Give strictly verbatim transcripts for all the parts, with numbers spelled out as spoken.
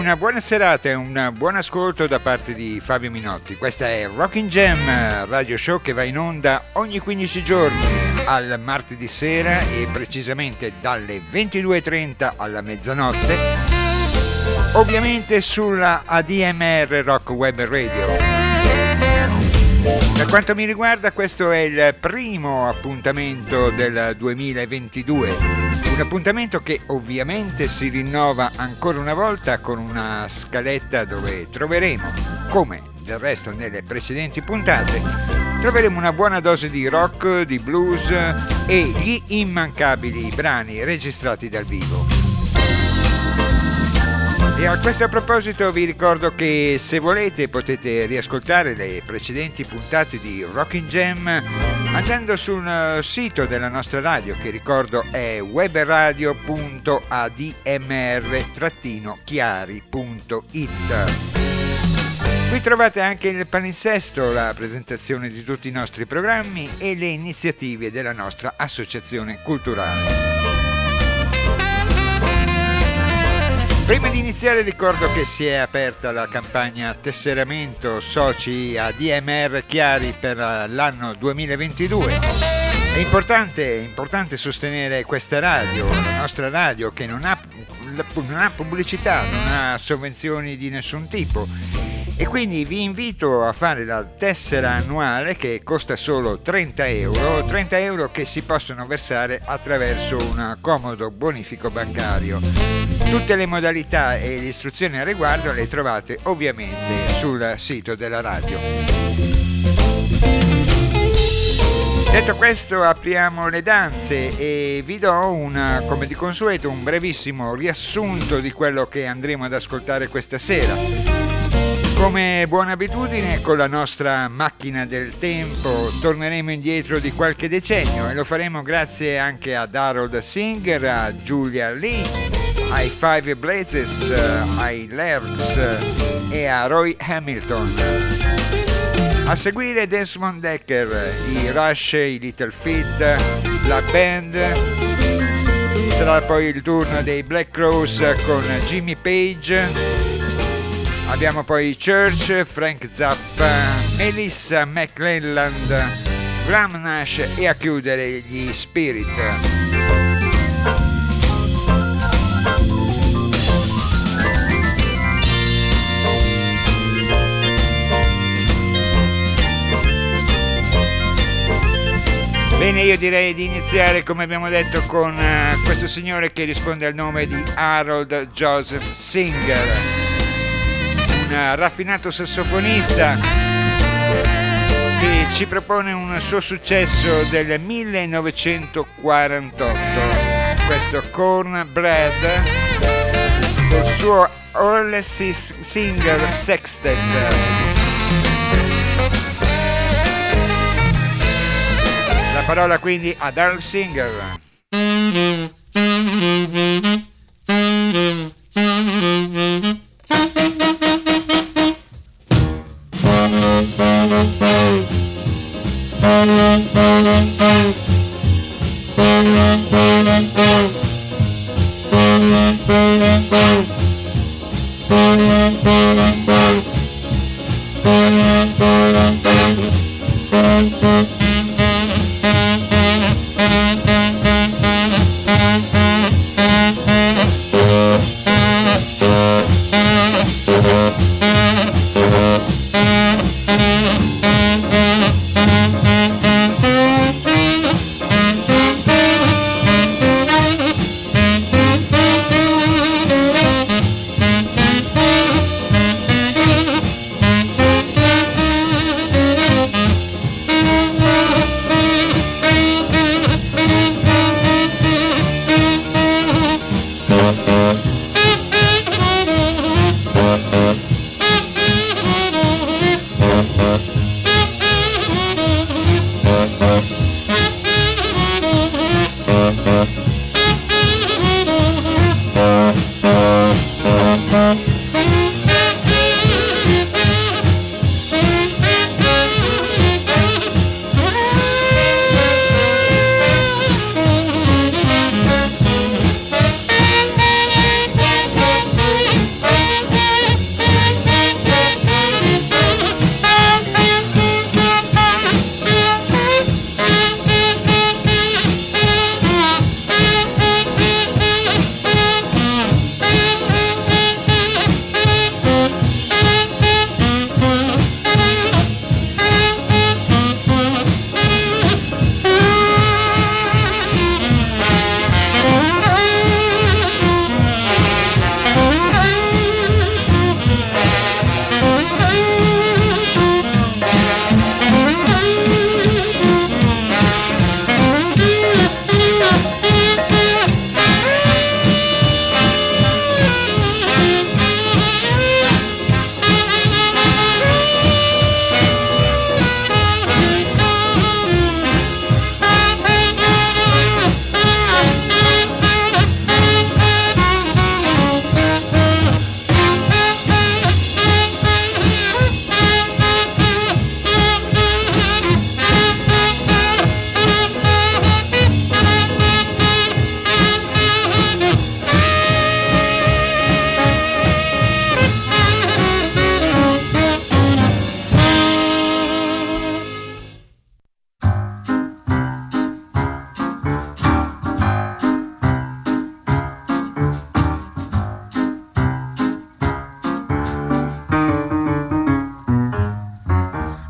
una buona serata e un buon ascolto da parte di Fabio Minotti. Questa è Rockin' Jam, radio show che va in onda ogni quindici giorni al martedì sera e precisamente dalle ventidue e trenta alla mezzanotte, ovviamente sulla A D M R Rock Web Radio. Per quanto mi riguarda, questo è il primo appuntamento del duemilaventidue, un appuntamento che ovviamente si rinnova ancora una volta con una scaletta dove troveremo, come del resto nelle precedenti puntate, troveremo una buona dose di rock, di blues e gli immancabili brani registrati dal vivo. E a questo proposito vi ricordo che se volete potete riascoltare le precedenti puntate di Rockin' Jam andando sul sito della nostra radio, che ricordo è webradio punto a d m r chiari punto i t. Qui trovate anche il palinsesto, la presentazione di tutti i nostri programmi e le iniziative della nostra associazione culturale. Prima di iniziare ricordo che si è aperta la campagna tesseramento soci A D M R Chiari per l'anno duemilaventidue. È importante, è importante sostenere questa radio, la nostra radio, che non ha, non ha pubblicità, non ha sovvenzioni di nessun tipo. E quindi vi invito a fare la tessera annuale, che costa solo trenta euro, trenta euro che si possono versare attraverso un comodo bonifico bancario. Tutte le modalità e le istruzioni al riguardo le trovate ovviamente sul sito della radio. Detto questo, apriamo le danze e vi do una, come di consueto, un brevissimo riassunto di quello che andremo ad ascoltare questa sera. Come buona abitudine, con la nostra macchina del tempo torneremo indietro di qualche decennio e lo faremo grazie anche ad Harold Singer, a Julia Lee, ai Five Blazes, ai Lerks e a Roy Hamilton. A seguire Desmond Decker, i Rush, i Little Feat, la band. Sarà poi il turno dei Black Crowes con Jimmy Page. Abbiamo poi Church, Frank Zappa, Melissa McClelland, Graham Nash e a chiudere gli Spirit. Bene, io direi di iniziare, come abbiamo detto, con uh, questo signore che risponde al nome di Harold Joseph Singer, un raffinato sassofonista che ci propone un suo successo del millenovecentoquarantotto, questo Cornbread, col suo Orlesy Singer Sextet. La parola quindi ad Harold Singer.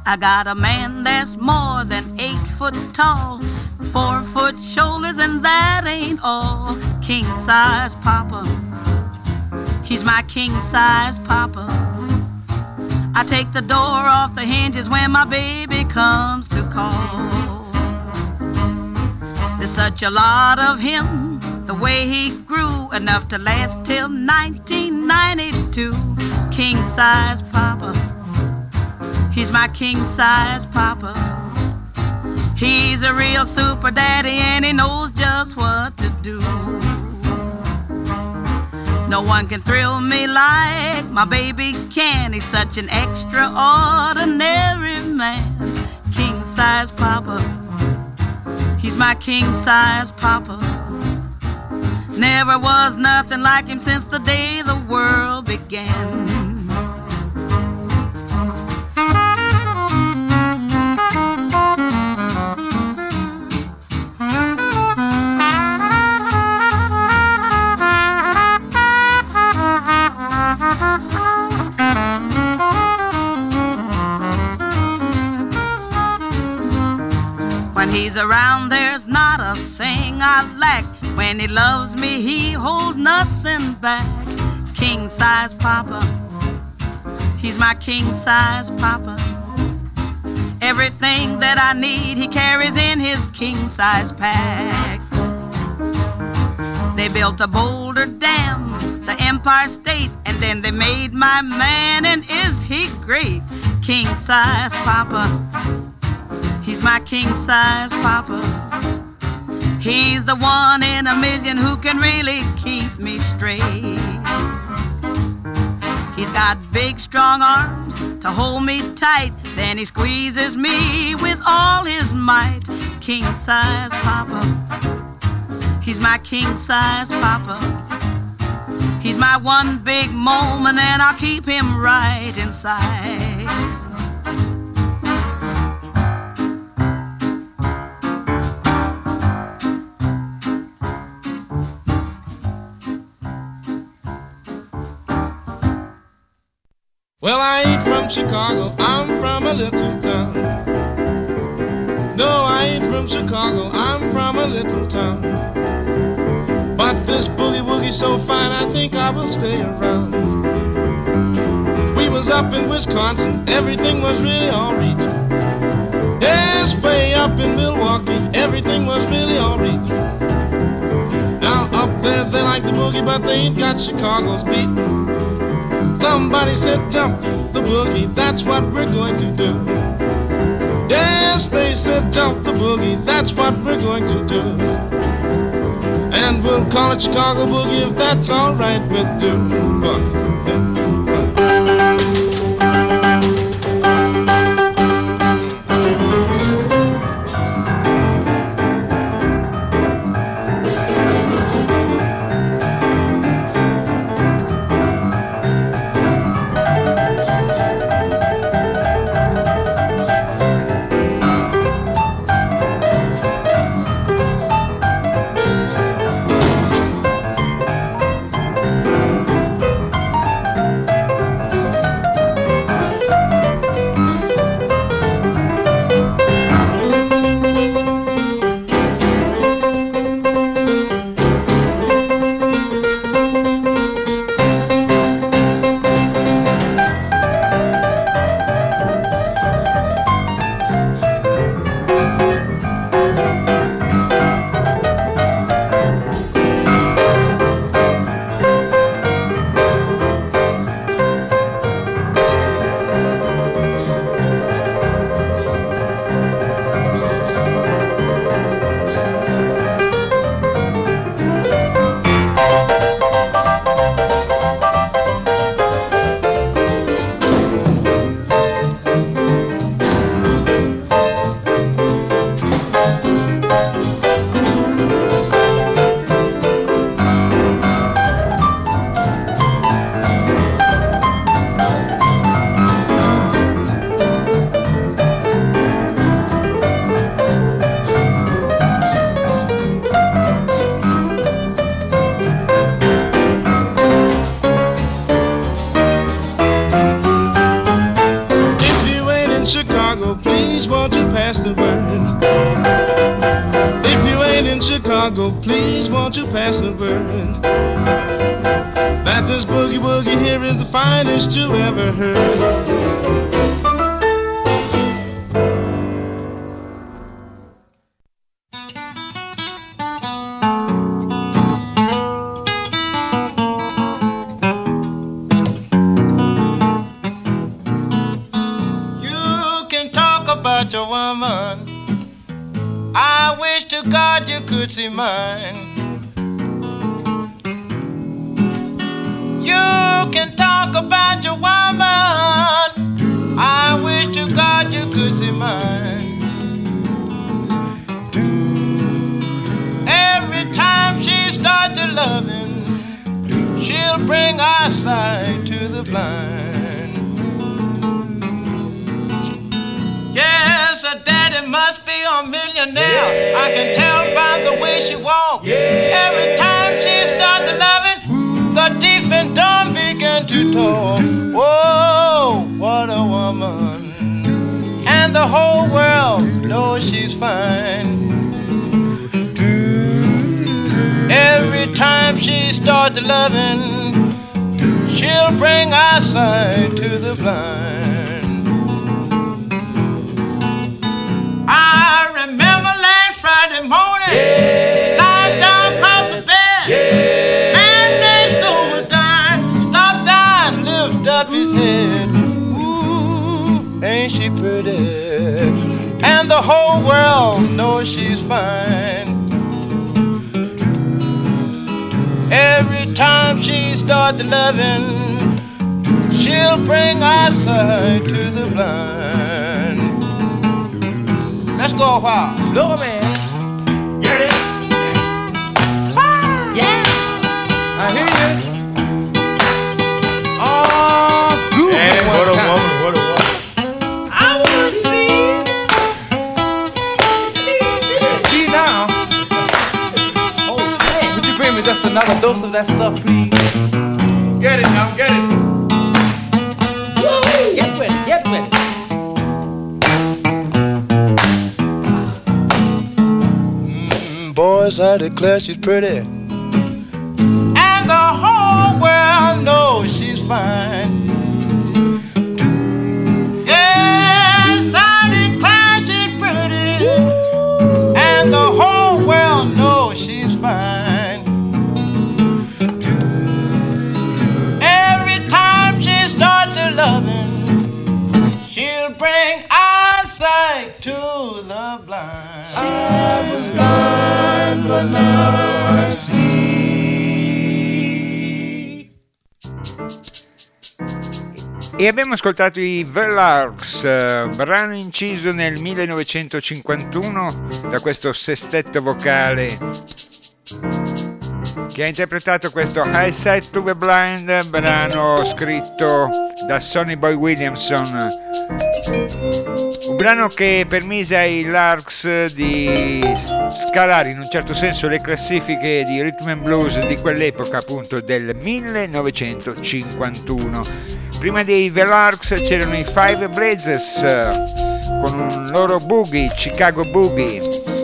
I got a man that's more than eight foot tall, four foot shoulders, and that ain't all. King size papa, he's my king size papa. I take the door off the hinges when my baby comes to call. There's such a lot of him, the way he grew, enough to last till nineteen ninety-two. King size papa, he's my king size papa. He's a real super daddy and he knows just what to do. No one can thrill me like my baby can. He's such an extraordinary man. King size papa, he's my king size papa. Never was nothing like him since the day the world began. When he's around, there's not a thing I lack. When he loves me, he holds nothing back. King size papa, he's my king size papa. Everything that I need, he carries in his king size pack. They built a Boulder Dam, the Empire State, and then they made my man, and is he great? King size papa, he's my king size papa. He's the one in a million who can really keep me straight. He's got big strong arms to hold me tight, then he squeezes me with all his might. King size papa, he's my king size papa. He's my one big moment and I'll keep him right inside. Well, I ain't from Chicago, I'm from a little town. No, I ain't from Chicago, I'm from a little town. But this boogie woogie's so fine, I think I will stay around. We was up in Wisconsin, everything was really alright. Yes, way up in Milwaukee, everything was really alright. Now up there they like the boogie, but they ain't got Chicago's beat. Somebody said jump the boogie, that's what we're going to do. Yes, they said jump the boogie, that's what we're going to do. And we'll call it Chicago Boogie if that's all right with you. I go, please won't you pass the word that this boogie woogie here is the finest you ever heard. Your woman, I wish to God you could see mine. You can talk about your woman, I wish to God you could see mine. Every time she starts to loving, she'll bring eyesight to the blind. Yes, her daddy must be a millionaire. Yeah. I can tell by the way she walks. Yeah. Every time she starts loving, the deaf and dumb begin to talk. Whoa, what a woman. And the whole world knows she's fine. Every time she starts loving, she'll bring eyesight to the blind. I remember last Friday morning, yeah, lying down across the bed. Yeah, man next door was dying, stopped dying, lift up his head. Ooh, ain't she pretty? And the whole world knows she's fine. Every time she starts loving, she'll bring eyesight to the blind. Let's go a while. Look at me. Get it? Ah, yeah. I hear you. Oh, good. Hey, what a time. Woman, what a woman. I want to see. See now. Oh, man. Would you bring me just another dose of that stuff, please? Get it now, get it. Woo. Get with it, get with it. Boys, I declare she's pretty, and the whole world knows she's fine. Yes, I declare she's pretty, and the whole world knows she's fine. Every time she starts to loving, she'll bring eyesight to the blind. I was blind, but now I see. E abbiamo ascoltato i The Larks, eh, brano inciso nel millenovecentocinquantuno da questo sestetto vocale che ha interpretato questo Eyesight to the Blind, brano scritto da Sonny Boy Williamson. Un brano che permise ai Larks di scalare in un certo senso le classifiche di rhythm and blues di quell'epoca, appunto del millenovecentocinquantuno. Prima dei The Larks c'erano i Five Blazes con un loro boogie, Chicago Boogie.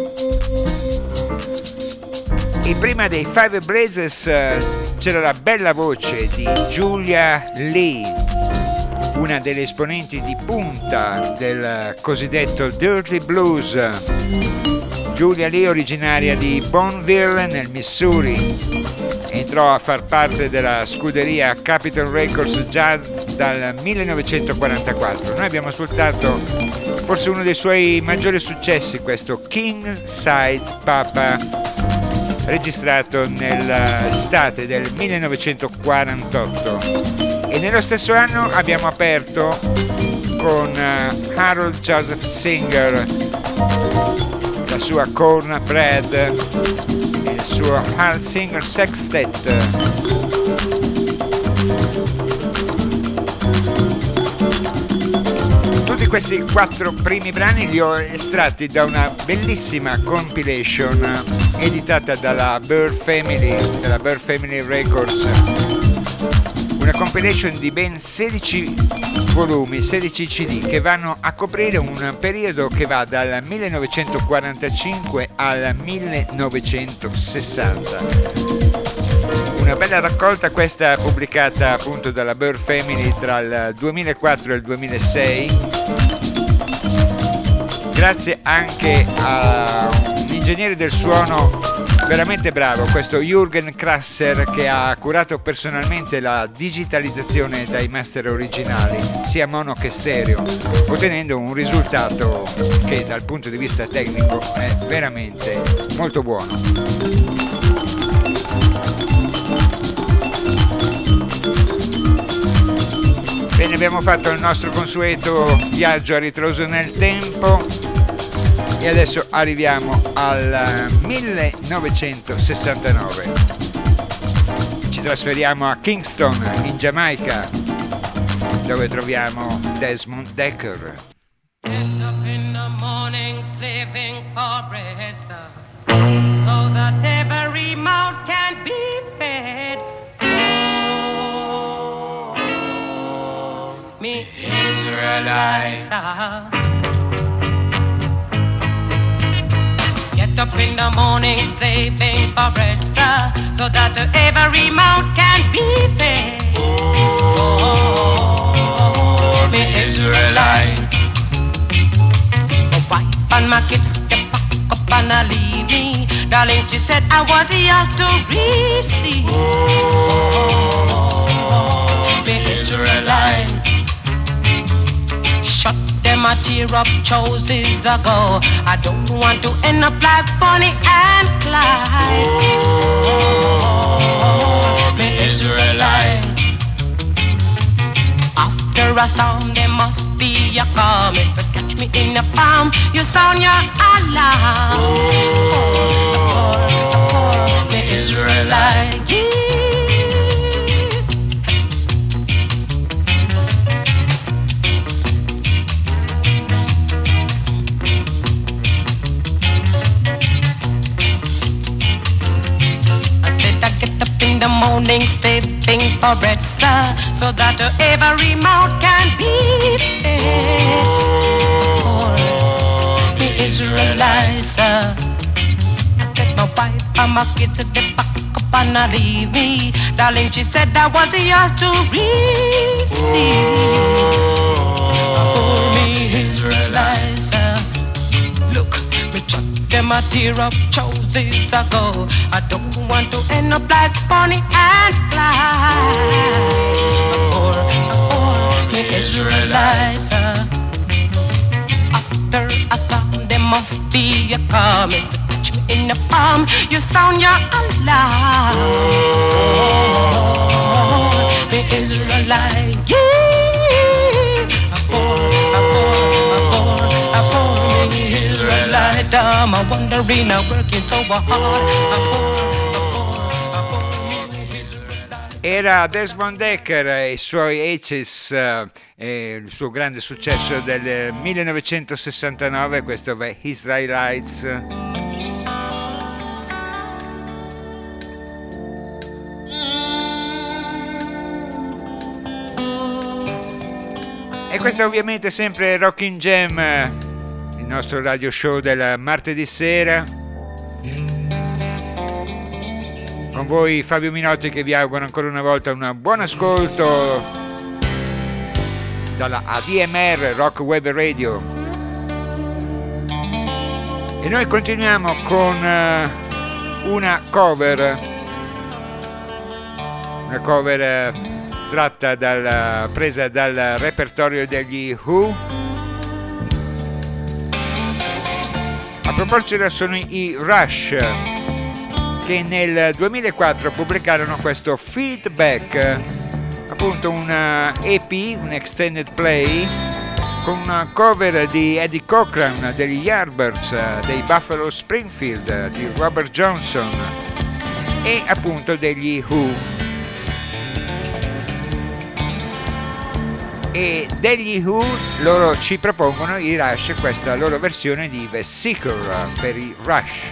E prima dei Five Blazes c'era la bella voce di Julia Lee, una delle esponenti di punta del cosiddetto Dirty Blues. Julia Lee, originaria di Bonneville nel Missouri, entrò a far parte della scuderia Capitol Records già dal millenovecentoquarantaquattro. Noi abbiamo ascoltato forse uno dei suoi maggiori successi, questo King Size Papa, registrato nell'estate del millenovecentoquarantotto. E nello stesso anno abbiamo aperto con uh, Harold Joseph Singer, la sua Cornbread e il suo Harold Singer Sextet. Tutti questi quattro primi brani li ho estratti da una bellissima compilation editata dalla Bird Family, dalla Bird Family Records. Una compilation di ben sedici volumi, sedici C D che vanno a coprire un periodo che va dal millenovecentoquarantacinque al millenovecentosessanta. Una bella raccolta questa, pubblicata appunto dalla Bird Family tra il duemilaquattro e il duemilasei, grazie anche a un ingegnere del suono veramente bravo, questo Jürgen Krasser, che ha curato personalmente la digitalizzazione dai master originali, sia mono che stereo, ottenendo un risultato che dal punto di vista tecnico è veramente molto buono. Bene, abbiamo fatto il nostro consueto viaggio a ritroso nel tempo e adesso arriviamo al millenovecentosessantanove. Ci trasferiamo a Kingston, in Giamaica, dove troviamo Desmond Dekker. Get up in the morning, slaving for bread, sir, so that every mouth can be fed. Oh, me Israelites, get up in the morning, slaving for bread, sir, so that every mouth can be fed. Oh, me Israelite. My wife and my kids, they pack up and I leave me. Darling, she said I was yours to receive. Oh, me Israelite. Shut them a tear up choices ago. I don't want to end up like Bonnie and Clyde. Oh, me Israelite. After a storm there must be a calm. If you catch me in the palm, you sound your alarm. Oh, me Israelite. Yeah. In the morning, stepping for bread, sir, so that every mouth can be fed. Oh, the Israelites, sir. I said my wife and my kids at the back up and I leave me. Darling, she said I was yours to receive. Oh, me Israelites, sir. Look, me chuck them a tear up choices ago. I don't want to end up like Bonnie and Clyde. Oh, oh, me Israelites. After a storm there must be a calm. If you catch me in the palm, you sound your alarm. Oh, me Israelite. Yeah. I'm wondering, I'm working so hard. Era Desmond Dekker e i suoi Aces, eh, e il suo grande successo del millenovecentosessantanove, questo è Israelites. E questo è ovviamente sempre Rockin' Jam, il nostro radio show del martedì sera. Con voi Fabio Minotti, che vi auguro ancora una volta un buon ascolto dalla A D M R Rock Web Radio. E noi continuiamo con una cover, una cover tratta dal, presa dal repertorio degli Who. A proposito sono i Rush, che nel duemilaquattro pubblicarono questo Feedback, appunto un E P, un extended play, con una cover di Eddie Cochran, degli Yardbirds, dei Buffalo Springfield, di Robert Johnson e appunto degli Who. E degli Who loro ci propongono, i Rush, questa loro versione di The Seeker per i Rush.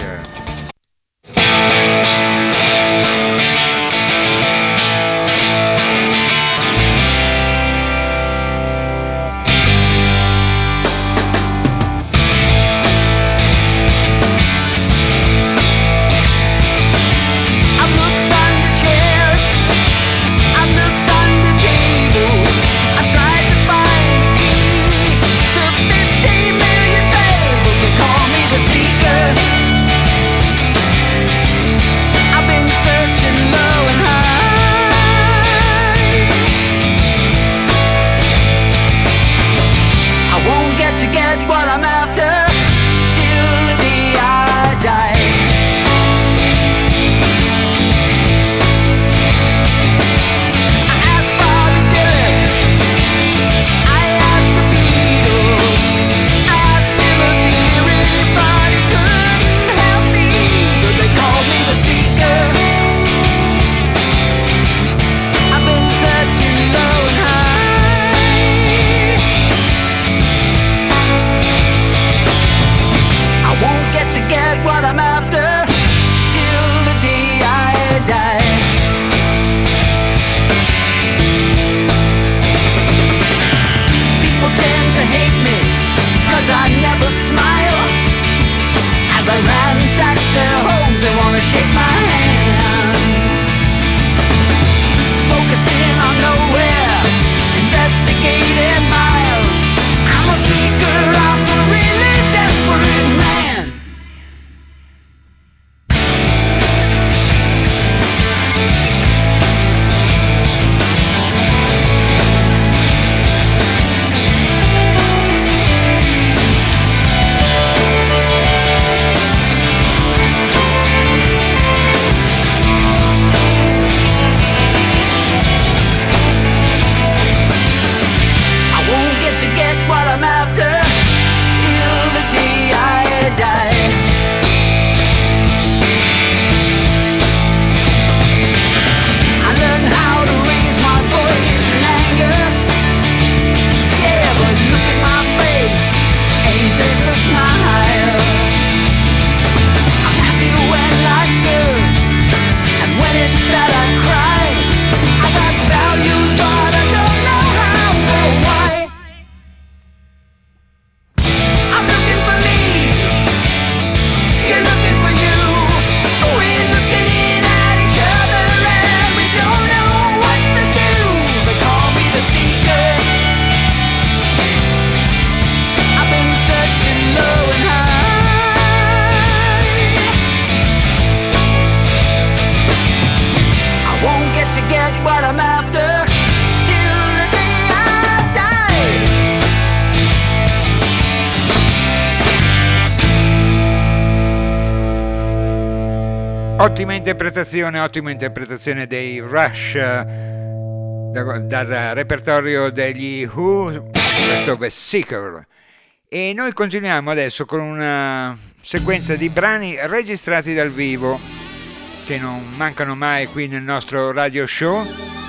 Ottima interpretazione, ottima interpretazione dei Rush da, dal repertorio degli Who, questo The Seeker. E noi continuiamo adesso con una sequenza di brani registrati dal vivo che non mancano mai qui nel nostro radio show.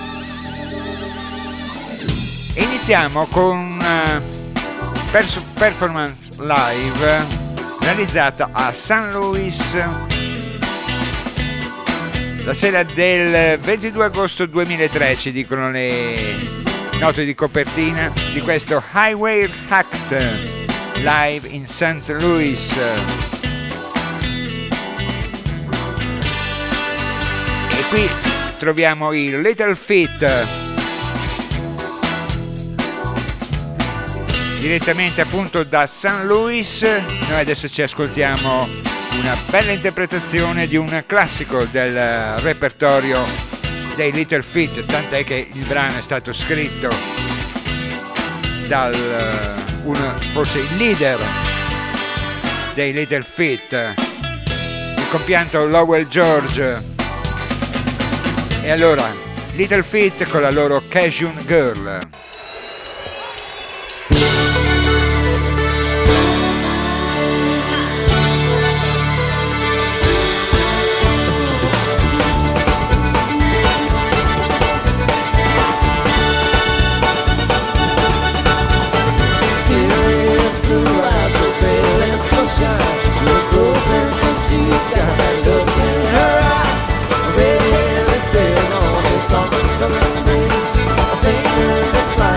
E iniziamo con una performance live realizzata a Saint Louis la sera del ventidue agosto duemilatré, ci dicono le note di copertina di questo Highway Act live in Saint Louis. E qui troviamo i Little Feat direttamente appunto da Saint Louis. Noi adesso ci ascoltiamo una bella interpretazione di un classico del repertorio dei Little Feat, tant'è che il brano è stato scritto dal un, forse il leader dei Little Feat, il compianto Lowell George. E allora Little Feat con la loro Cajun Girl. Something, something, a finger that flies.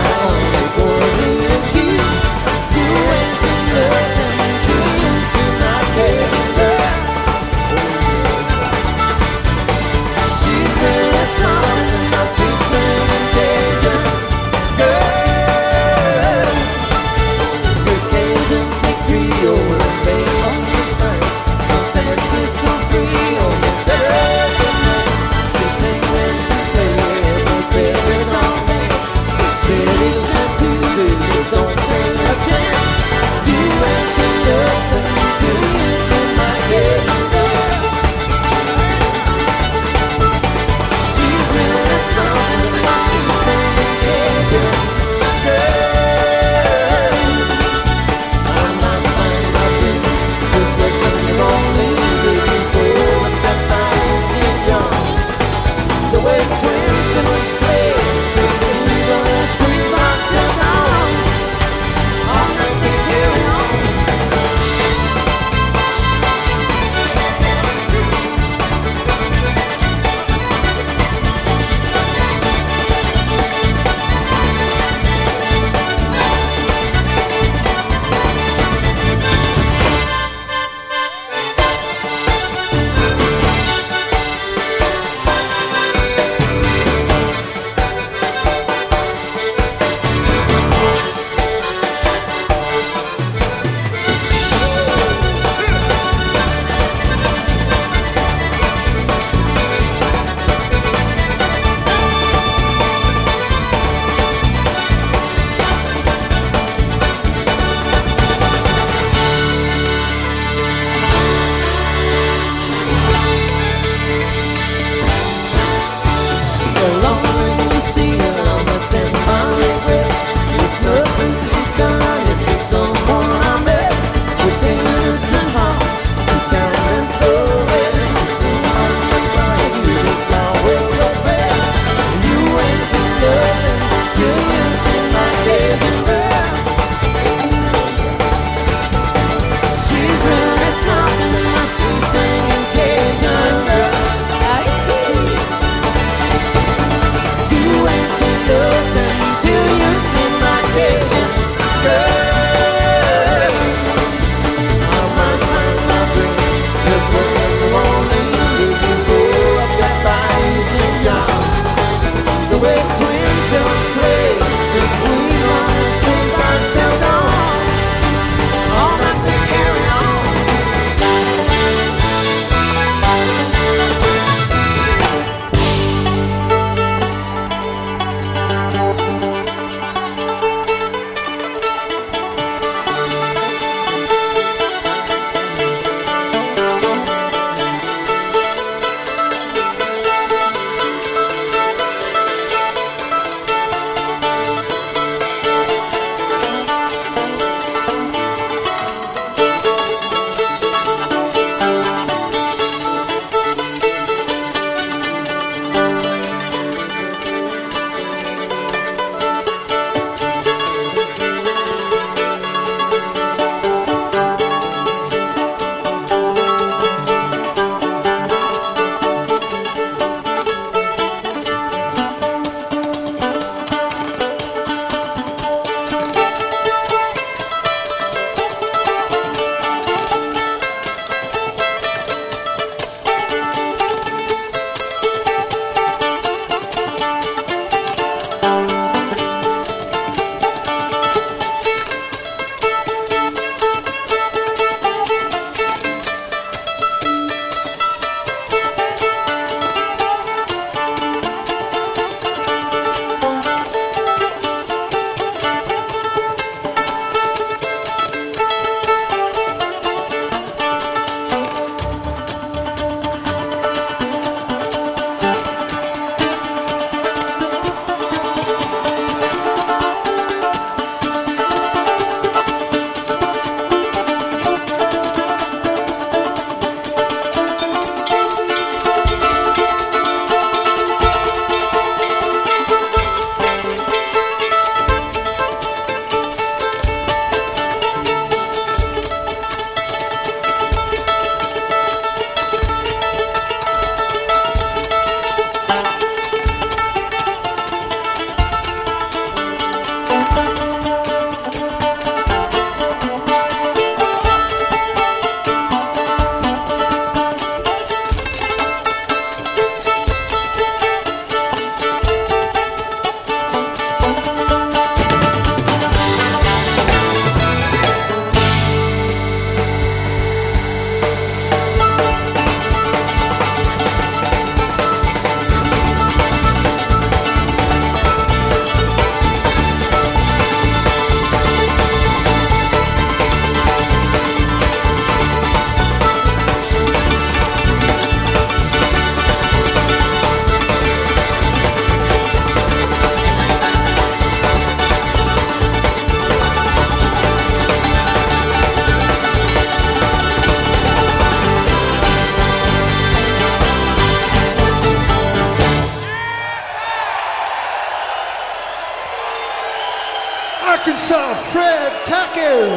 Arkansas, Fred Tucker.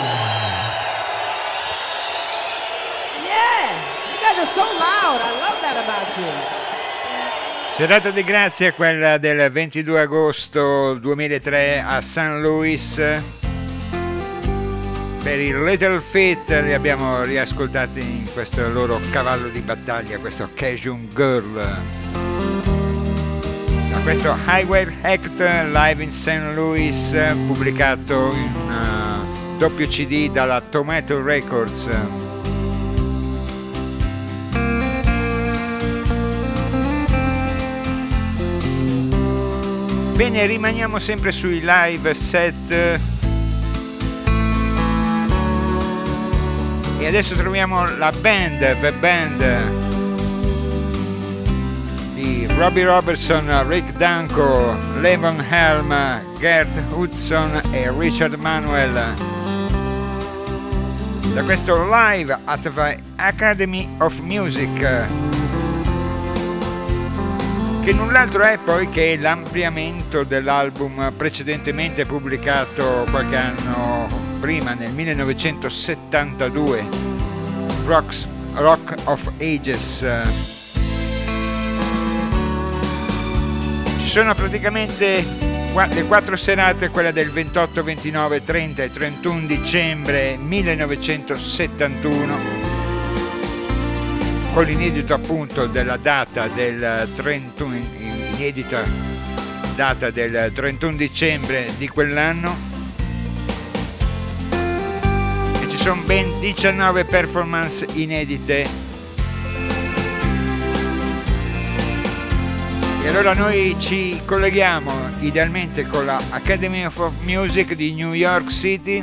Yeah, you guys are so loud. I love that about you. Serata di grazia quella del ventidue agosto duemilatré a Saint Louis. Per i Little Feat li abbiamo riascoltati in questo loro cavallo di battaglia, questo Cajun Girl. Da questo Highway Act Live in Saint Louis, pubblicato in una doppio C D dalla Tomato Records. Bene, rimaniamo sempre sui live set e adesso troviamo la band, The Band di Robbie Robertson, Rick Danko, Levon Helm, Gert Hudson e Richard Manuel. Da questo Live at the Academy of Music, che null'altro è poi che l'ampliamento dell'album precedentemente pubblicato qualche anno prima, nel millenovecentosettantadue, Rocks, Rock of Ages. Ci sono praticamente le quattro serate, quella del ventotto, ventinove, trenta e trentuno dicembre millenovecentosettantuno, con l'inedito appunto della data del trentuno, inedita data del trentuno dicembre di quell'anno, e ci sono ben diciannove performance inedite. E allora noi ci colleghiamo idealmente con la Academy of Music di New York City,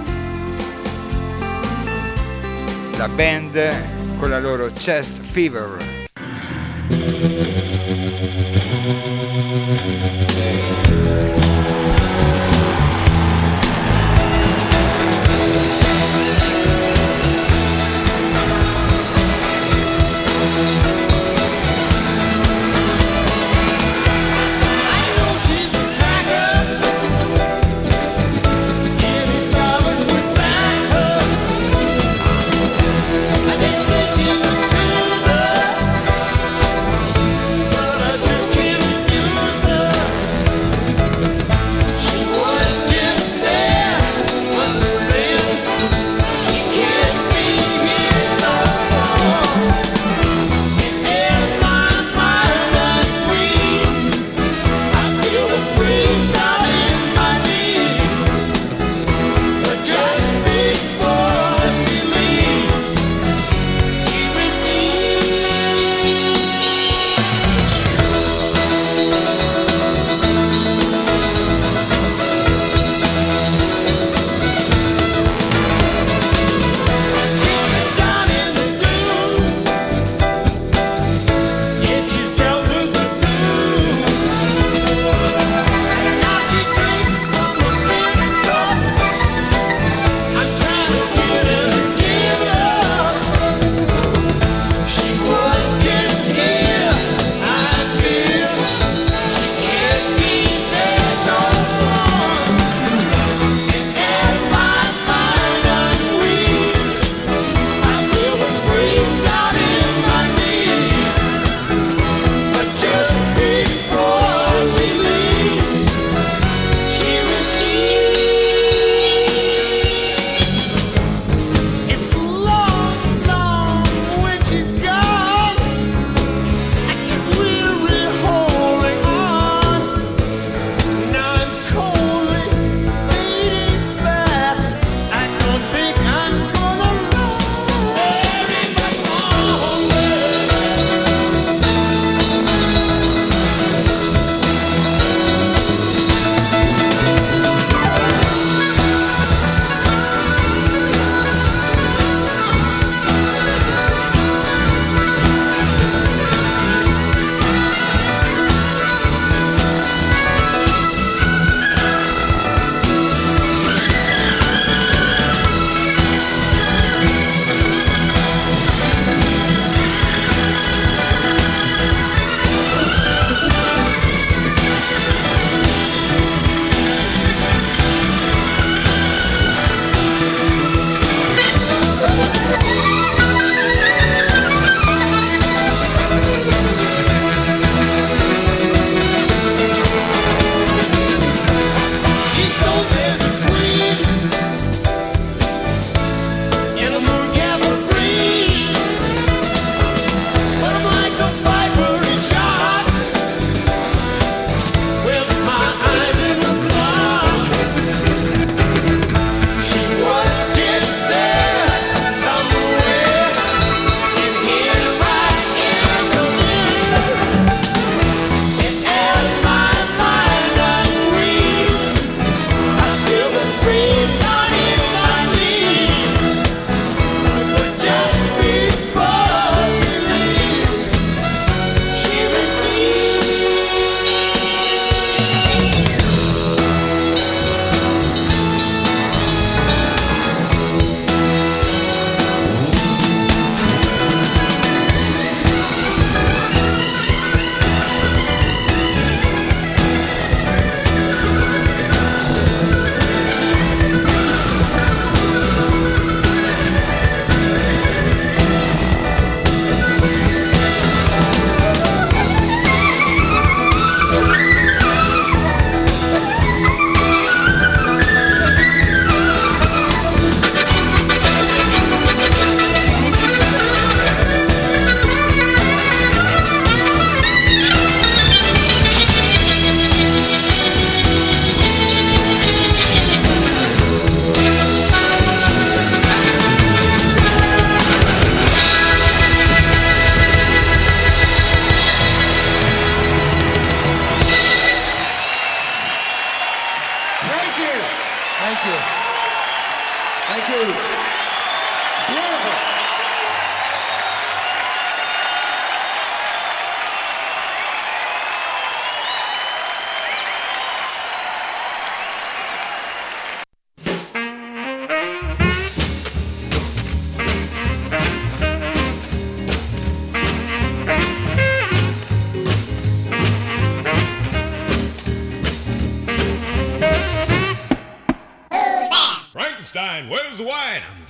la band con la loro Chest Fever. She would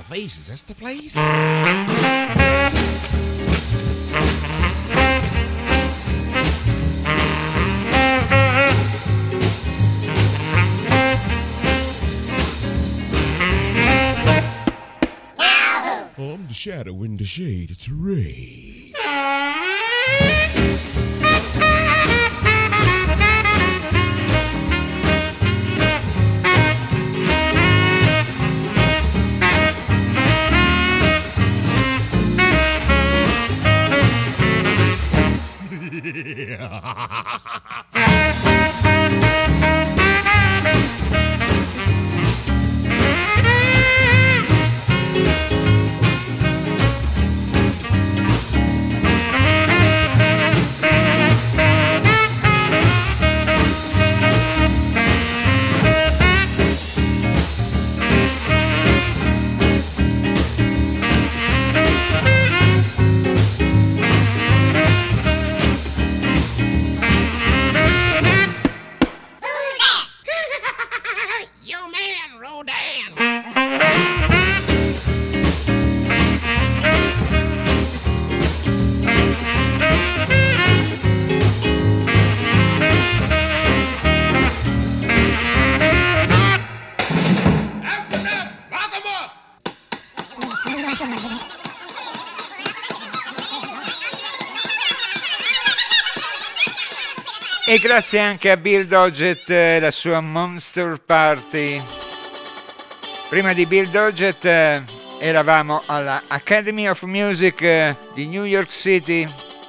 Faces, that's the place? Oh, I'm the shadow in the shade. It's Ray. E grazie anche a Bill Doggett e la sua Monster Party. Prima di Bill Doggett eh, eravamo alla Academy of Music eh, di New York City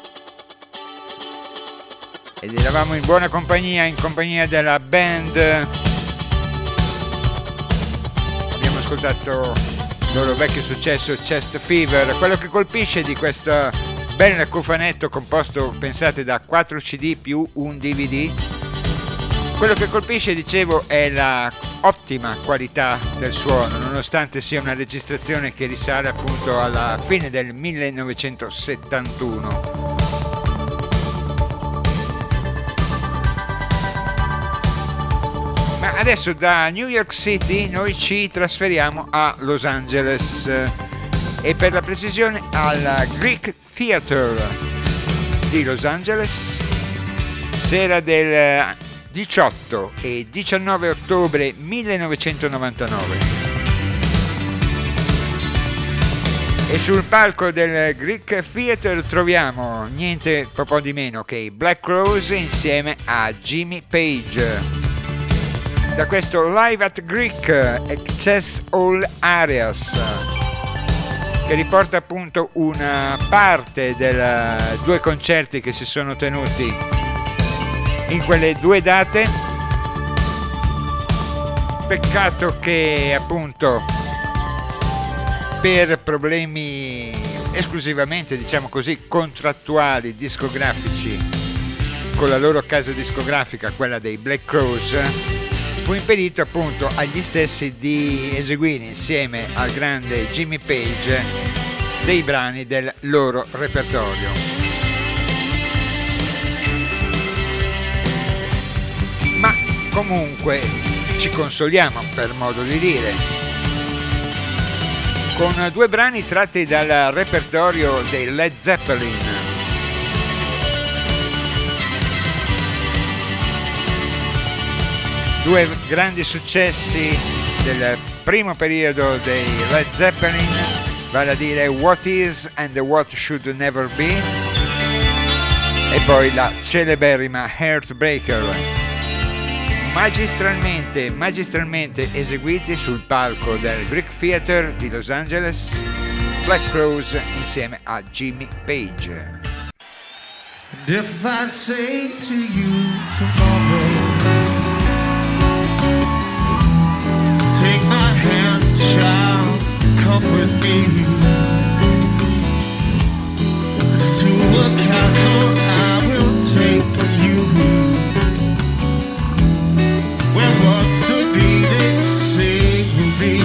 ed eravamo in buona compagnia, in compagnia della band. Abbiamo ascoltato il loro vecchio successo Chest Fever. Quello che colpisce di questo bel cofanetto composto, pensate, da quattro C D più un D V D, quello che colpisce, dicevo, è la ottima qualità del suono, nonostante sia una registrazione che risale appunto alla fine del millenovecentosettantuno. Ma adesso da New York City noi ci trasferiamo a Los Angeles e per la precisione al Greek Theater di Los Angeles, sera del diciotto e diciannove ottobre millenovecentonovantanove. E sul palco del Greek Theater troviamo niente po' di meno che i Black Crowes insieme a Jimmy Page. Da questo Live at Greek Access All Areas, che riporta appunto una parte dei due concerti che si sono tenuti in quelle due date. Peccato che appunto per problemi esclusivamente, diciamo così, contrattuali, discografici con la loro casa discografica, quella dei Black Crowes, fu impedito appunto agli stessi di eseguire insieme al grande Jimmy Page dei brani del loro repertorio. Ma comunque ci consoliamo, per modo di dire, con due brani tratti dal repertorio dei Led Zeppelin. Due grandi successi del primo periodo dei Led Zeppelin, vale a dire What Is and What Should Never Be, e poi la celeberrima Heartbreaker, magistralmente, magistralmente eseguiti sul palco del Greek Theater di Los Angeles, Black Crowes insieme a Jimmy Page. And if I say to you tomorrow, take my hand, child, come with me. It's to a castle I will take you, where what's to be they say will be.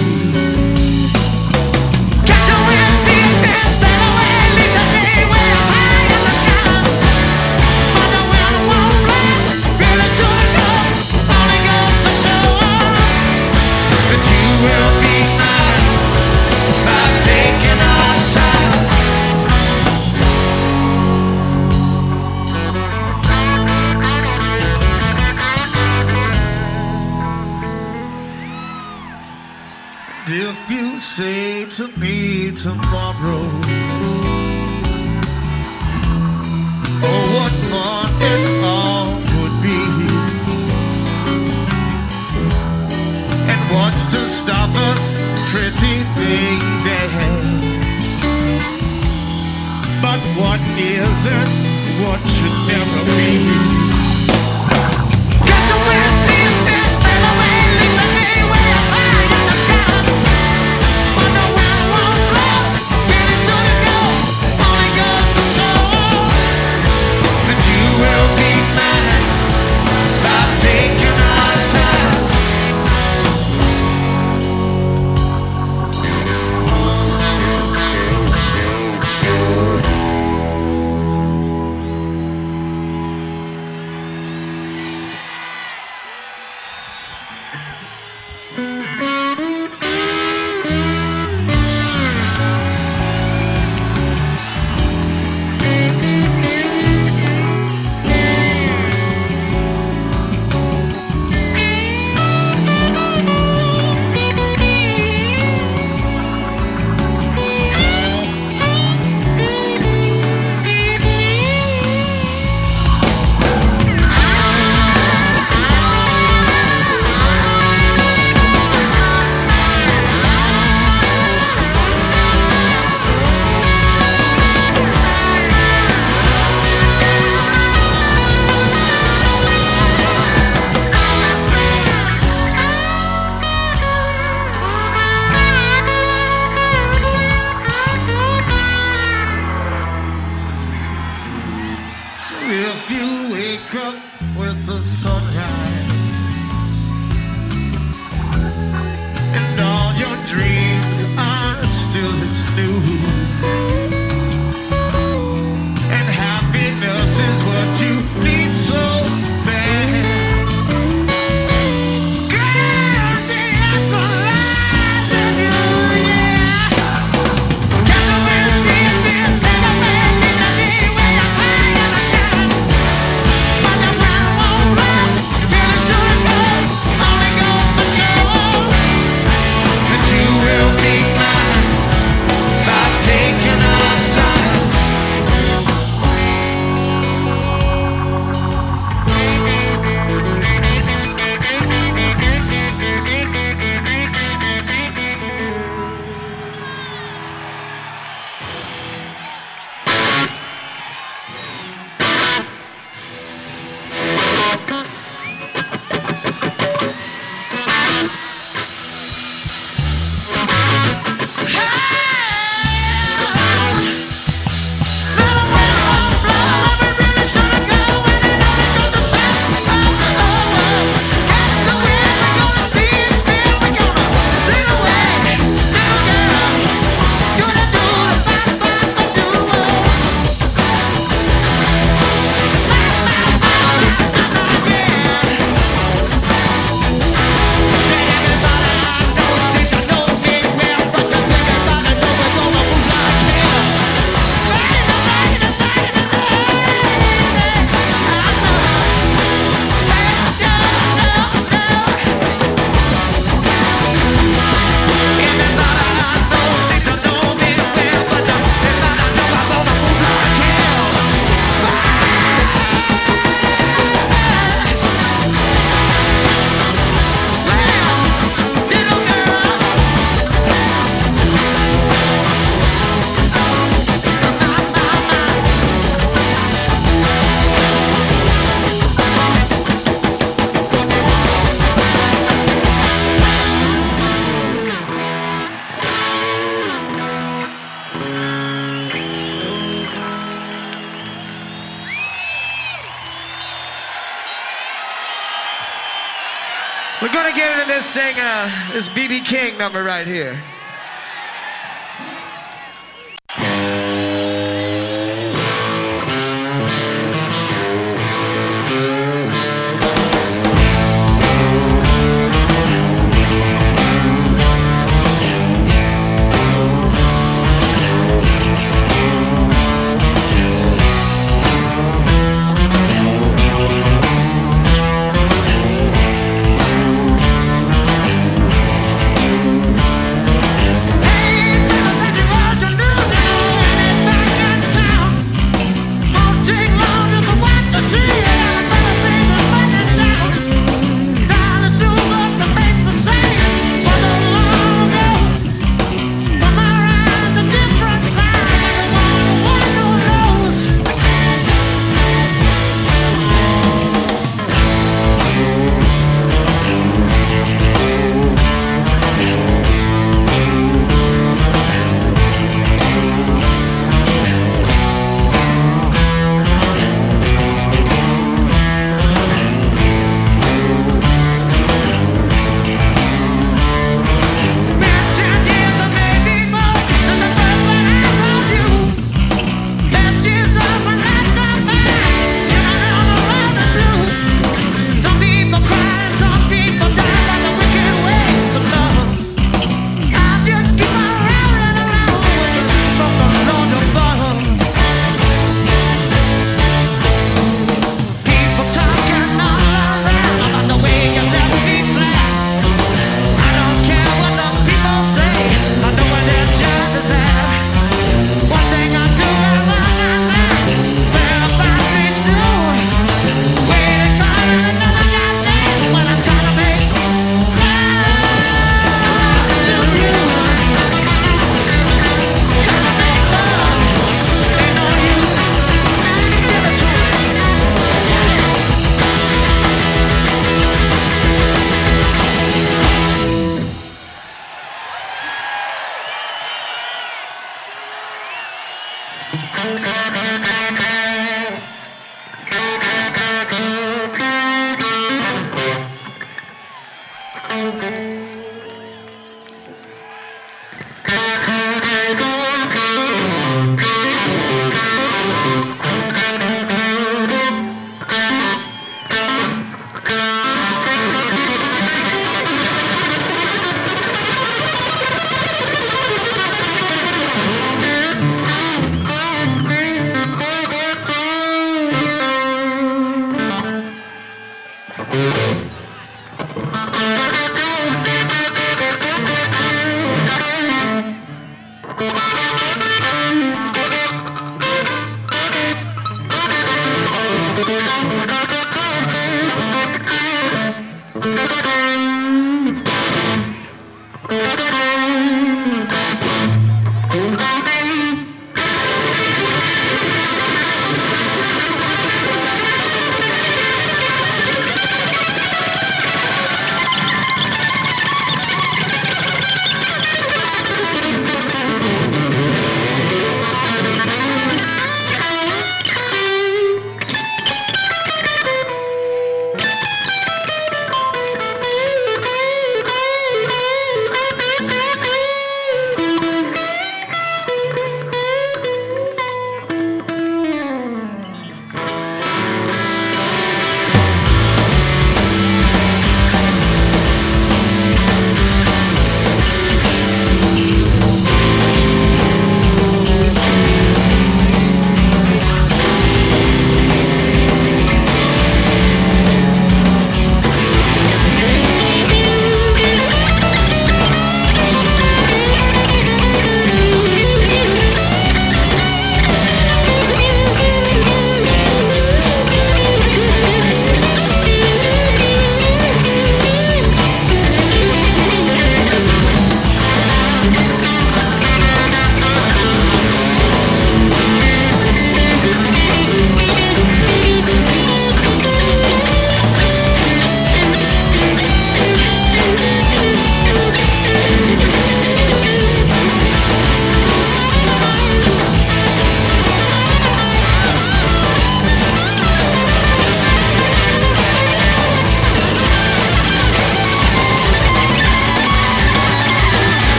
Catch a wind, see a fish, sail away, lead the day way up high in the sky. But the wind won't blow, really should go, only goes to show that you will be mine. to me tomorrow. Oh, what fun it all would be. And what's to stop us, pretty baby? But what isn't, what should never be. Got to wear this, sail away, leave the day way up high in the sky. But the wind won't blow, where it should go, only goes to show that you will be mine by taking our time. We're gonna get into this thing, uh, this B B King number right here. Thank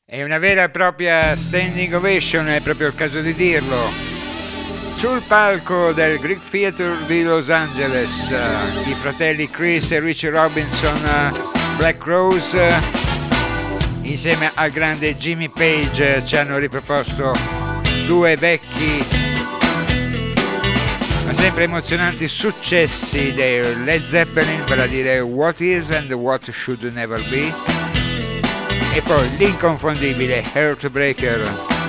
È una vera e propria standing ovation, è proprio il caso di dirlo. Sul palco del Greek Theatre di Los Angeles, i fratelli Chris e Richie Robinson, Black Rose, insieme al grande Jimmy Page, ci hanno riproposto due vecchi ma sempre emozionanti successi dei Led Zeppelin, vale a dire What Is and What Should Never Be, e poi l'inconfondibile Heartbreaker.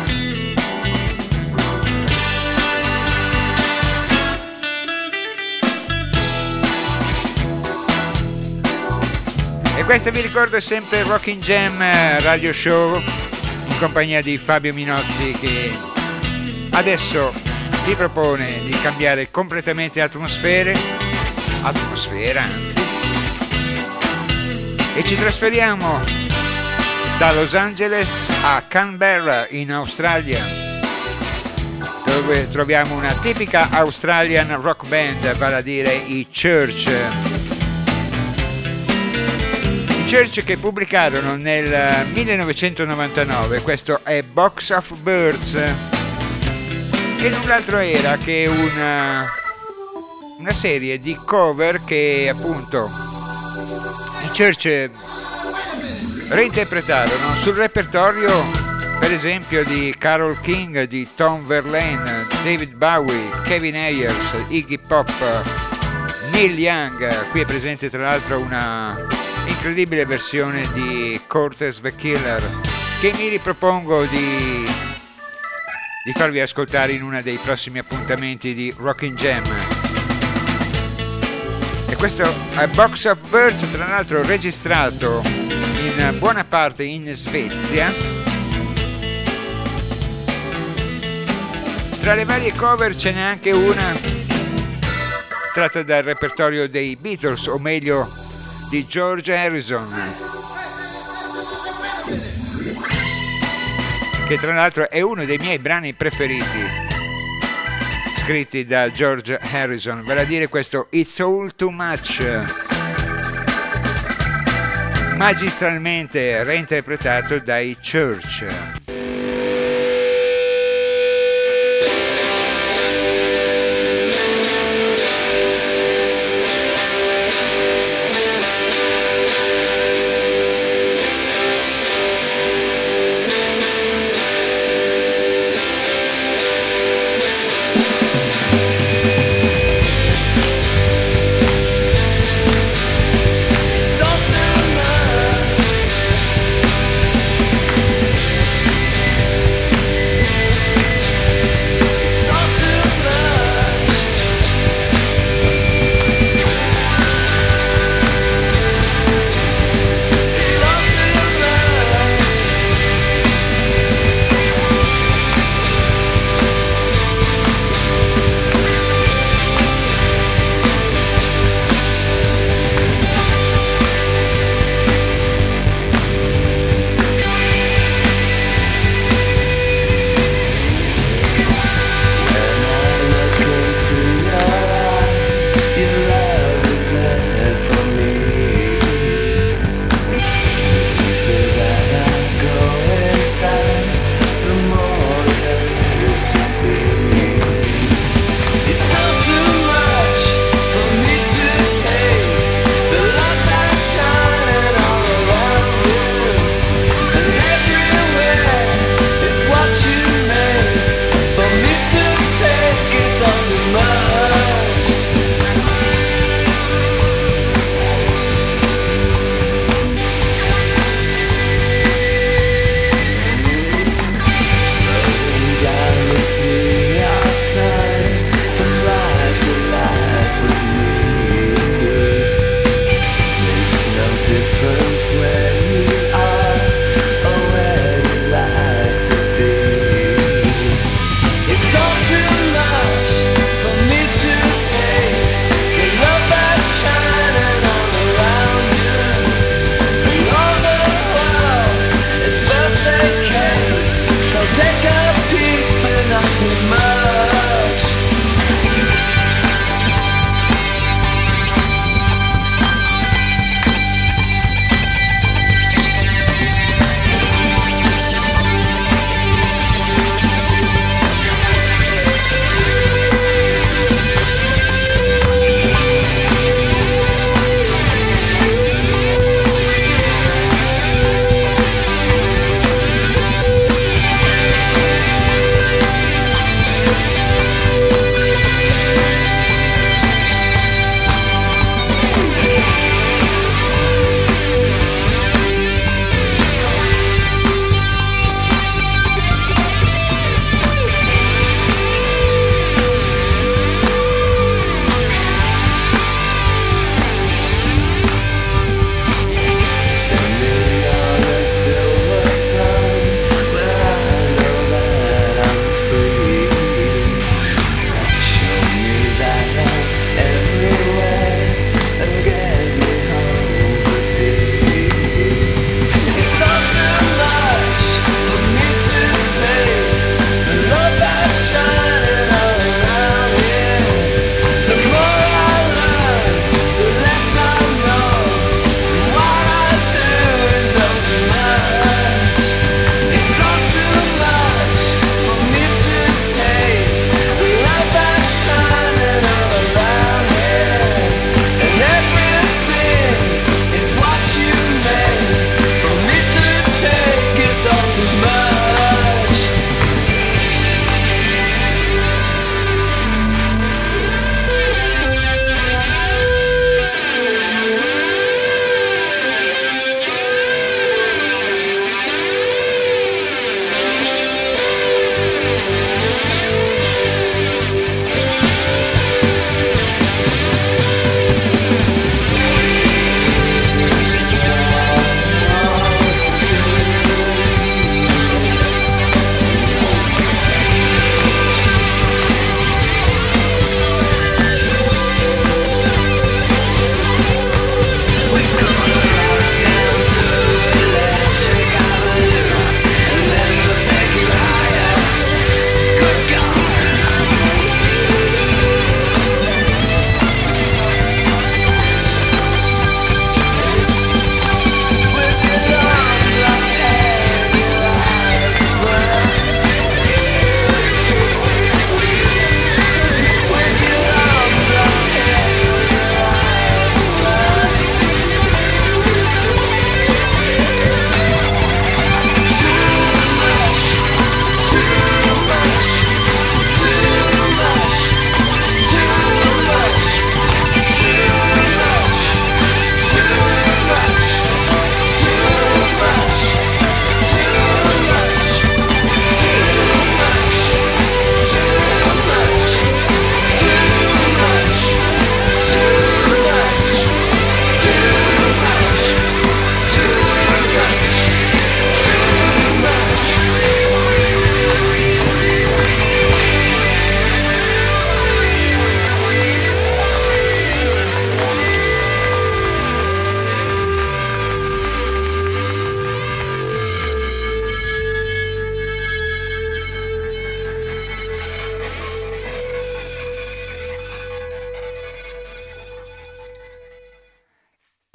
E questo vi ricordo è sempre il Rockin' Jam Radio Show in compagnia di Fabio Minotti, che adesso vi propone di cambiare completamente atmosfere, atmosfera anzi, e ci trasferiamo da Los Angeles a Canberra in Australia, dove troviamo una tipica Australian rock band, vale a dire i Church. I Church che pubblicarono nel millenovecentonovantanove questo è Box of Birds, che null'altro era che una, una serie di cover che appunto i Church reinterpretarono sul repertorio, per esempio, di Carole King, di Tom Verlaine, David Bowie, Kevin Ayers, Iggy Pop, Neil Young. Qui è presente tra l'altro una incredibile versione di Cortez the Killer che mi ripropongo di, di farvi ascoltare in uno dei prossimi appuntamenti di Rockin' Jam. E questo è Box of Birds, tra l'altro registrato in buona parte in Svezia. Tra le varie cover ce n'è anche una tratta dal repertorio dei Beatles, o meglio di George Harrison, che tra l'altro è uno dei miei brani preferiti scritti da George Harrison, vale a dire questo It's All Too Much, magistralmente reinterpretato dai Church. It's all too much.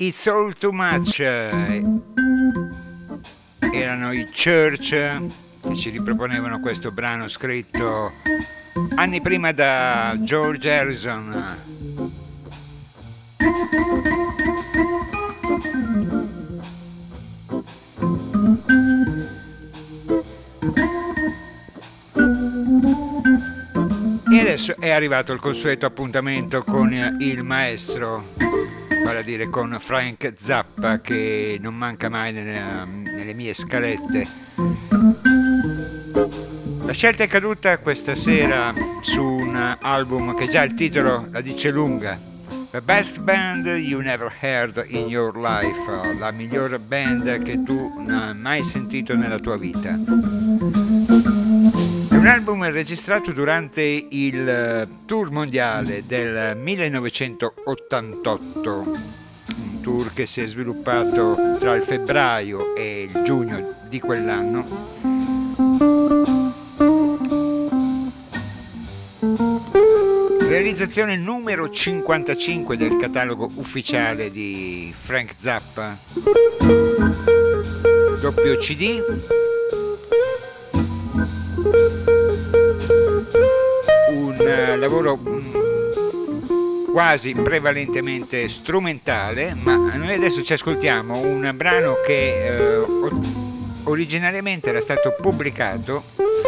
It's All Too Much. Erano i Church che ci riproponevano questo brano scritto anni prima da George Harrison. E adesso è arrivato il consueto appuntamento con il maestro, vale a dire con Frank Zappa, che non manca mai nelle, nelle mie scalette. La scelta è caduta questa sera su un album che già il titolo la dice lunga: The Best Band You Never Heard in Your Life, la migliore band che tu non hai mai sentito nella tua vita. È un album registrato durante il tour mondiale del millenovecentottantotto, un tour che si è sviluppato tra il febbraio e il giugno di quell'anno. Realizzazione numero cinquantacinque del catalogo ufficiale di Frank Zappa, doppio C D. Un uh, lavoro mh, quasi prevalentemente strumentale, ma noi adesso ci ascoltiamo un brano che uh, originariamente era stato pubblicato,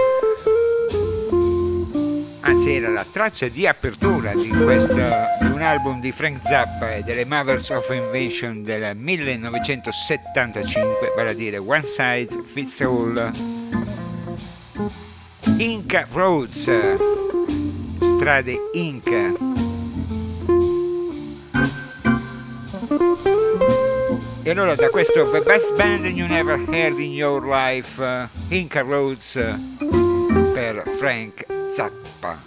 anzi era la traccia di apertura di, questo, di un album di Frank Zappa e delle Mothers of Invention del millenovecentosettantacinque, vale a dire One Size Fits All. Inca Roads, strade Inca. E allora da questo The Best Band You Never Heard in Your Life, uh, Inca Roads, uh, per Frank Zappa.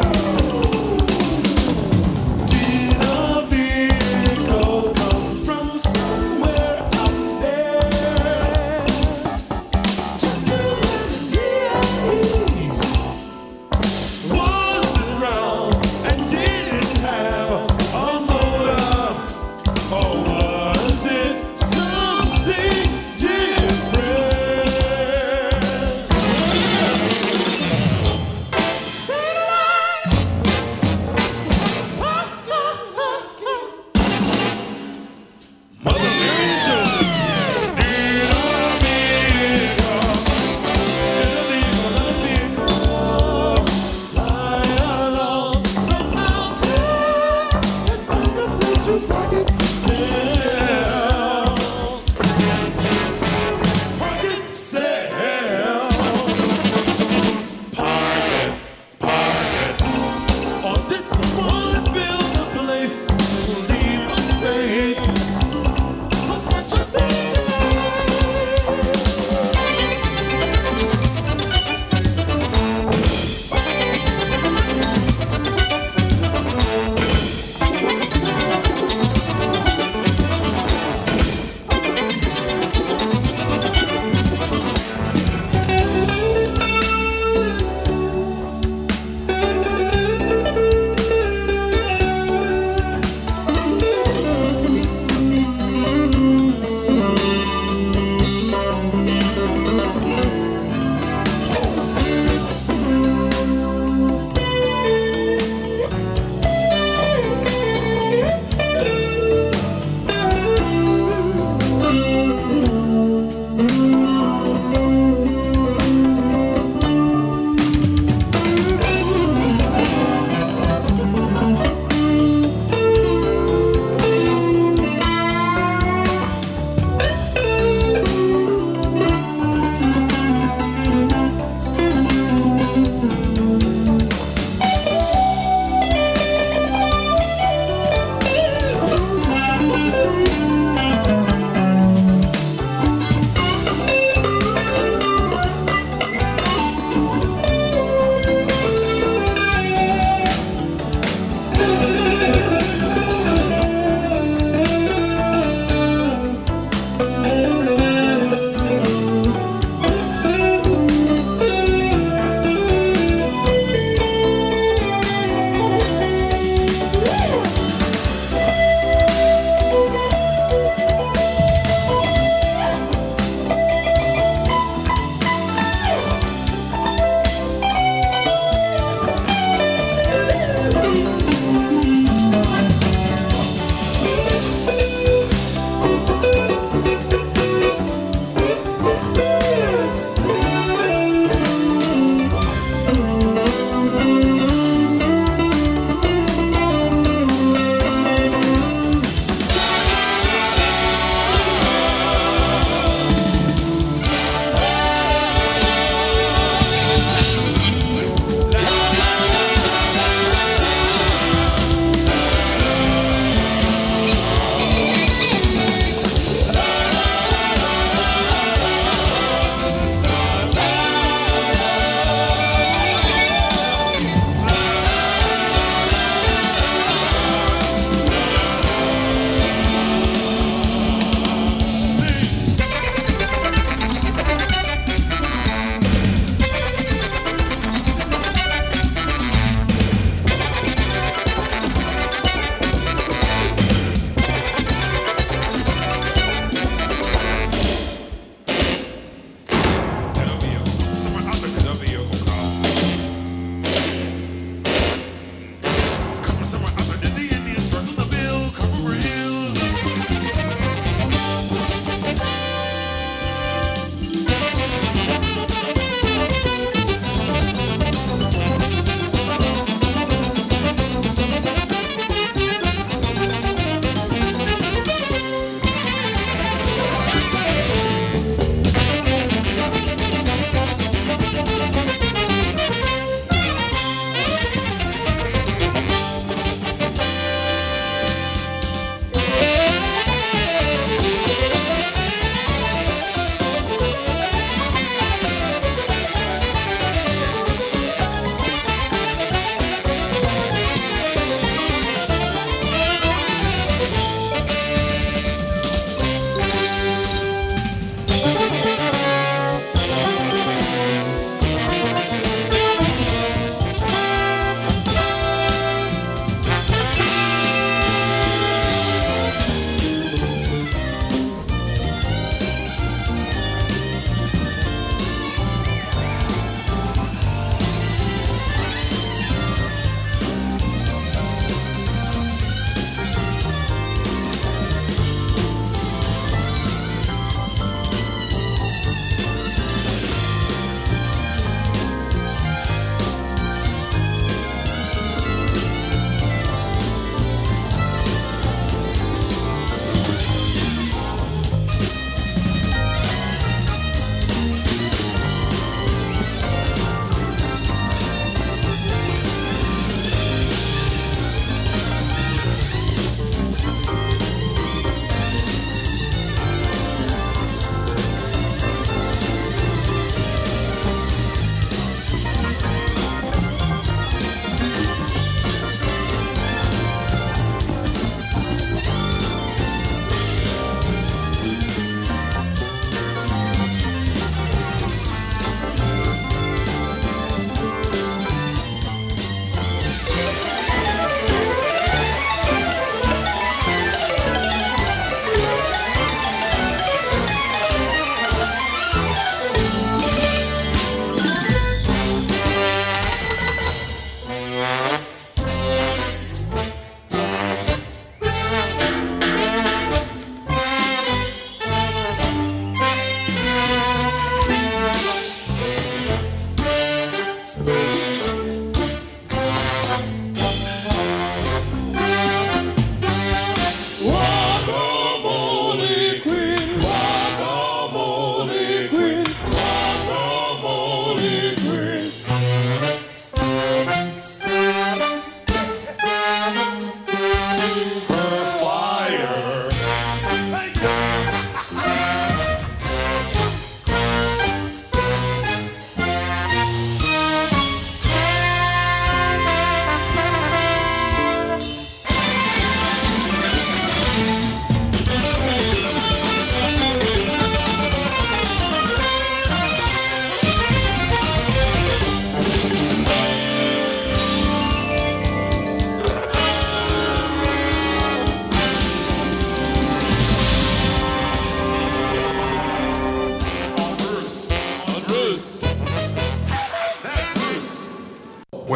Did a vehicle come from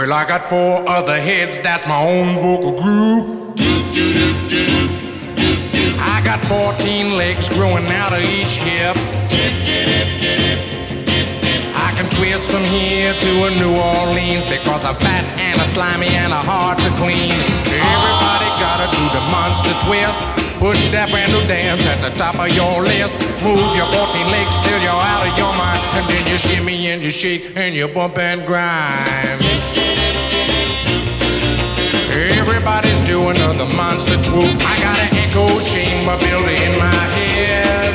Well, I got four other heads, that's my own vocal group. I got fourteen legs growing out of each hip. I can twist from here to a New Orleans because I'm fat and a slimy and a hard to clean. Everybody gotta do the monster twist. Put that brand new dance at the top of your list. Move your fourteen legs till you're out of your mind. And then you shimmy and you shake and you bump and grind. Everybody's doing the monster swoop. I got an echo chamber built in my head.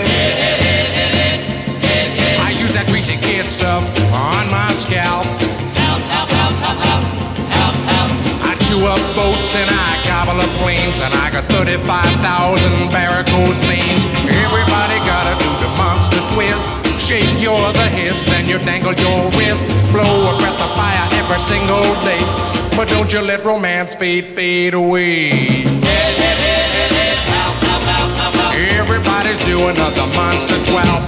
I use that greasy kid stuff on my scalp. Help, help, help, help, help, help, help. I chew up boats and I gobble up planes, and I got thirty-five thousand varicose veins. Everybody gotta do the monster twist. Shake your other hips and you dangle your wrist. Blow a breath of fire every single day, but don't you let romance fade, fade away. Head, head, head, head, head, help, help, help, help, help. Everybody's doing the monster twelve.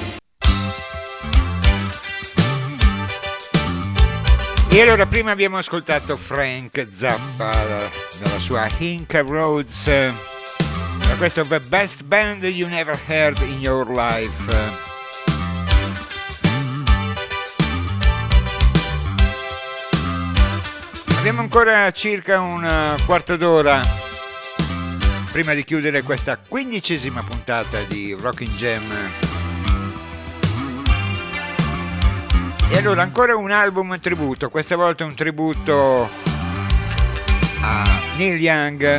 E allora prima abbiamo ascoltato Frank Zappa dalla sua Hinka Roads, da questo The Best Band You Never Heard in Your Life. Abbiamo ancora circa un quarto d'ora prima di chiudere questa quindicesima puntata di Rockin' Jam. E allora ancora un album tributo, questa volta un tributo a Neil Young.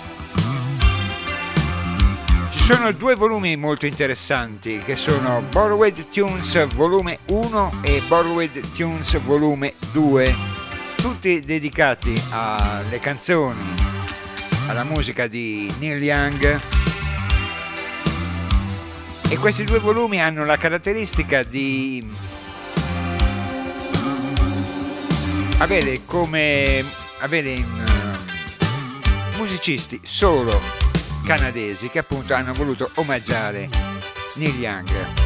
Ci sono due volumi molto interessanti che sono Borrowed Tunes volume uno e Borrowed Tunes volume due, tutti dedicati alle canzoni, alla musica di Neil Young. E questi due volumi hanno la caratteristica di avere come avere in, uh, musicisti solo canadesi che appunto hanno voluto omaggiare Neil Young.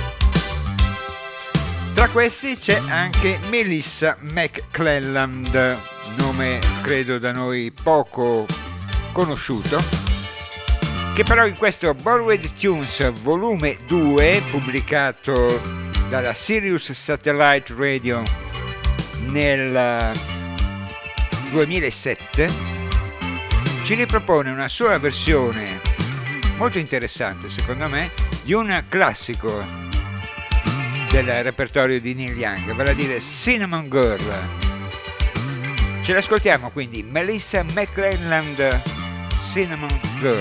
Tra questi c'è anche Melissa McClelland, nome credo da noi poco conosciuto, che però in questo Borrowed Tunes volume due, pubblicato dalla Sirius Satellite Radio nel duemilasette, ci ripropone una sua versione molto interessante secondo me di un classico del repertorio di Neil Young, vale a dire Cinnamon Girl. Ce l'ascoltiamo quindi, Melissa McClelland, Cinnamon Girl.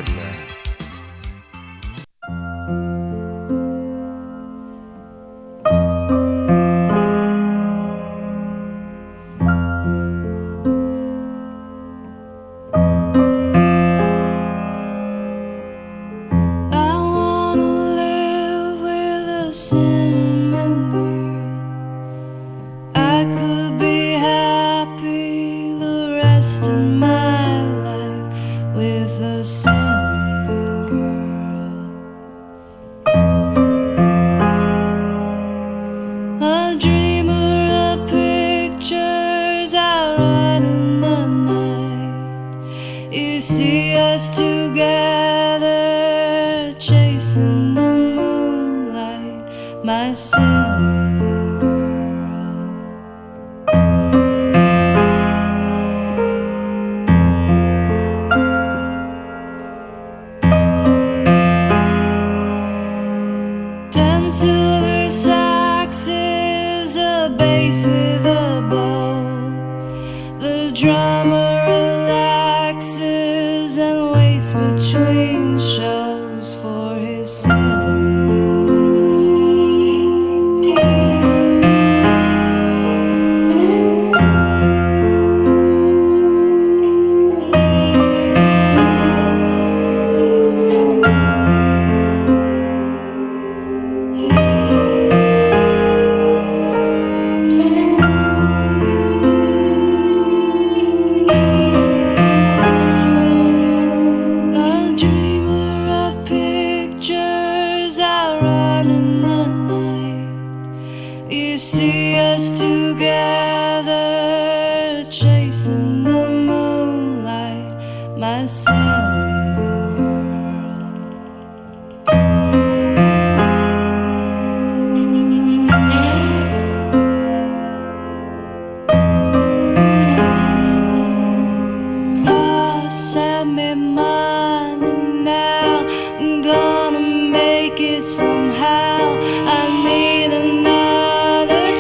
With a cinnamon my cinnamon girl. Oh, send me money now. I'm gonna make it somehow. I need another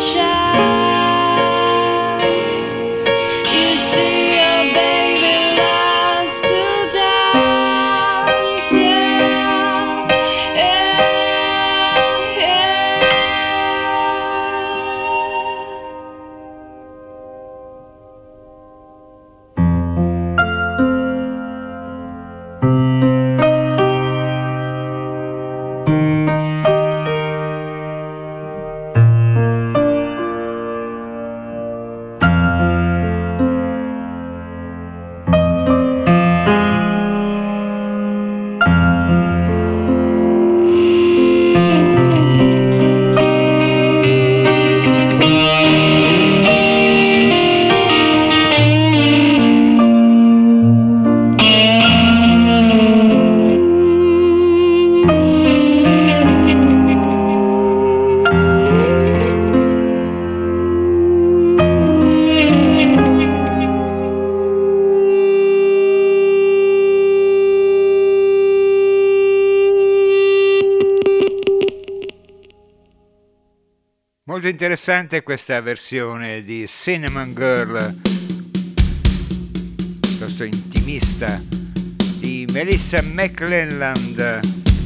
chance. You see, your baby loves to dance. Yeah, yeah, yeah. Molto interessante questa versione di Cinnamon Girl, piuttosto intimista, di Melissa McClelland,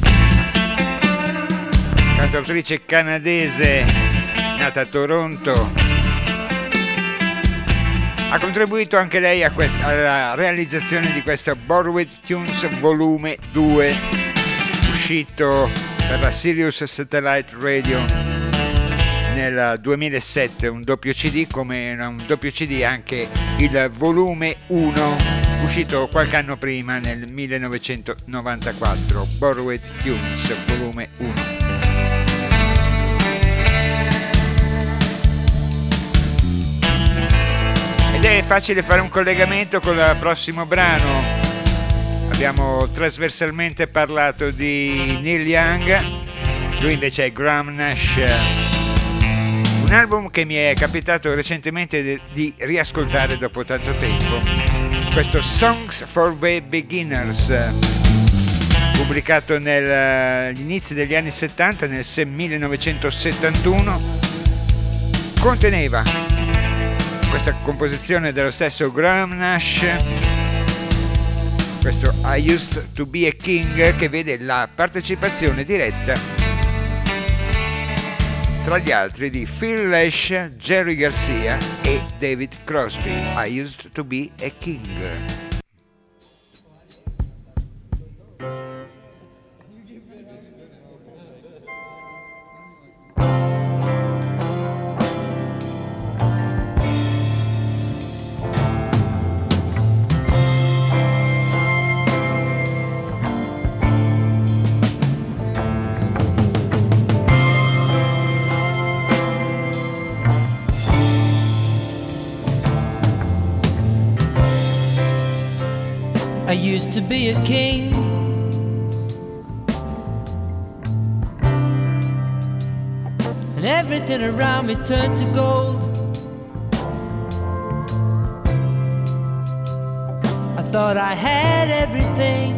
cantautrice canadese nata a Toronto. Ha contribuito anche lei a questa, alla realizzazione di questo Borrowed Tunes volume due, uscito per la Sirius Satellite Radio nel duemilasette, un doppio C D, come un doppio C D anche il volume uno, uscito qualche anno prima nel millenovecentonovantaquattro, Borrowed Tunes volume uno. Ed è facile fare un collegamento con il prossimo brano. Abbiamo trasversalmente parlato di Neil Young, lui invece è Graham Nash. Un album che mi è capitato recentemente di riascoltare dopo tanto tempo, questo Songs for the Beginners, pubblicato negli inizi degli anni settanta, nel millenovecentosettantuno, conteneva questa composizione dello stesso Graham Nash, questo I Used to Be a King, che vede la partecipazione diretta tra gli altri di Phil Lesh, Jerry Garcia e David Crosby. I Used to Be a King. I used to be a king. And everything around me turned to gold. I thought I had everything.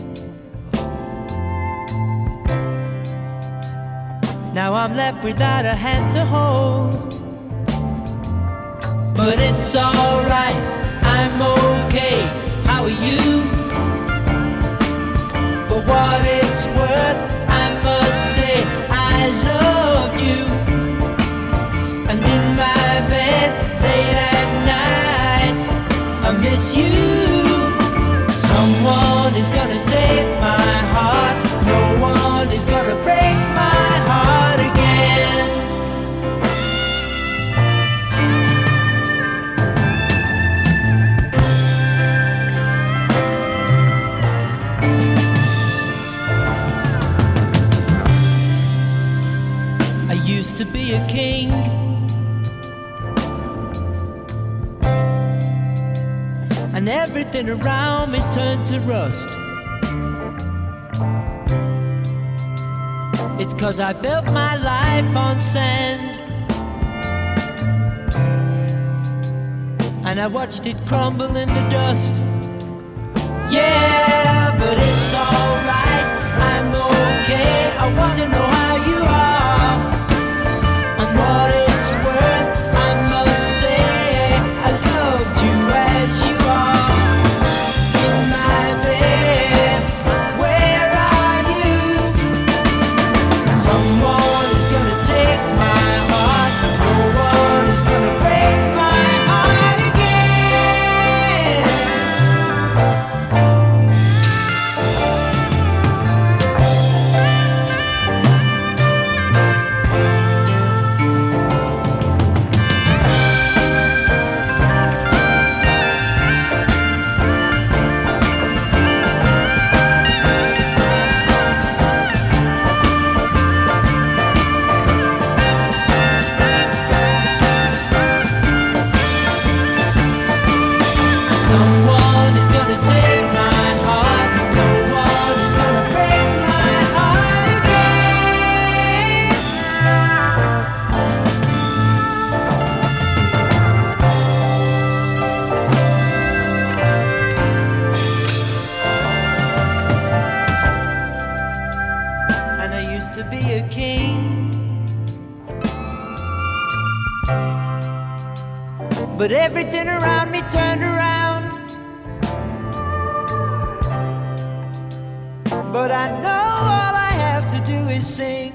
Now I'm left without a hand to hold. But it's alright, I'm okay. How are you? For what it's worth, I must say I love you. And in my bed late at night, I miss you. Someone is gonna take my heart. No one is gonna break my heart again. To be a king, and and everything around me turned to rust. It's 'cause I built my life on sand, and I watched it crumble in the dust. Yeah, but it's alright, I'm okay. I want to know how you are, and what it's worth, I must say I loved you as you are. In my bed, where are you? Someone is gonna take my heart, no one is gonna break my heart again. Someone is gonna take my heart, no one is gonna break my heart again. And I used to be a king, but everything around me turned around. But I know all I have to do is sing,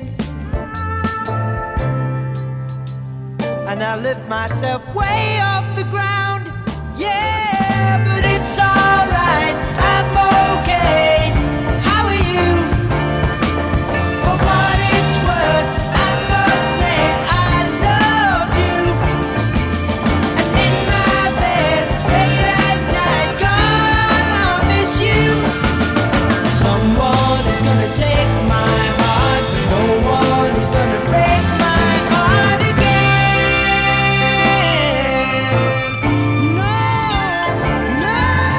and I lift myself way off the ground. Yeah, but it's alright, I'm okay. How are you? For what it's worth, I must say I love you. And in my bed, late at night, God, I miss you. Someone is gonna take my heart, no one is gonna break my heart again. No, no,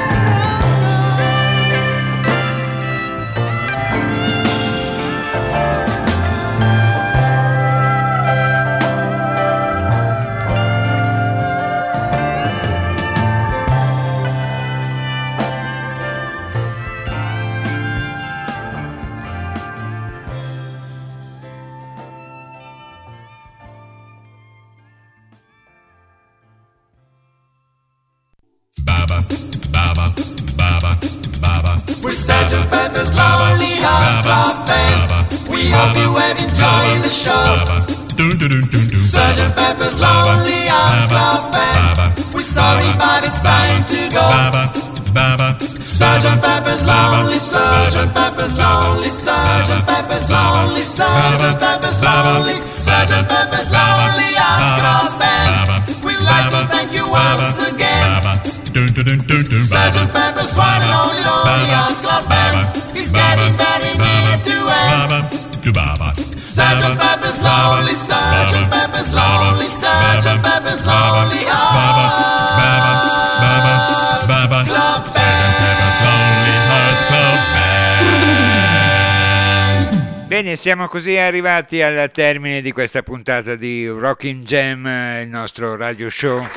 Baba, Baba, Baba, Baba. We're Sergeant Pepper's Lonely Hearts Club Band. We hope you have enjoyed the show. Sergeant Pepper's Lonely Hearts Club Band. We're sorry, but it's time to go. Sergeant Pepper's Lonely, Sergeant Pepper's Lonely, Sergeant Pepper's Lonely, Sergeant Pepper's Lonely, Sergeant Pepper's Lonely Hearts Club Band. We'd like to thank you once again. Sergeant Pepper's one and only Lonely Hearts Club Band is getting very near to end. Sergeant Pepper's Lonely, Sergeant Pepper's Lonely, Sergeant Pepper's Lonely Hearts Club Band. Bene, siamo così arrivati al termine di questa puntata di Rockin' Jam, il nostro radio show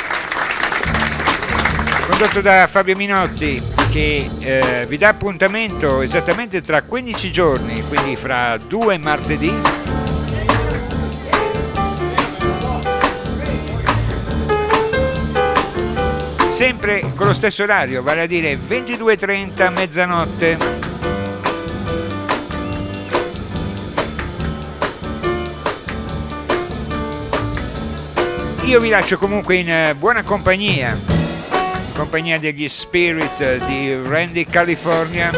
condotto da Fabio Minotti, che eh, vi dà appuntamento esattamente tra quindici giorni, quindi fra due martedì, sempre con lo stesso orario, vale a dire ventidue e trenta, mezzanotte. Io vi lascio comunque in buona compagnia, compagnia degli Spirit di Randy California,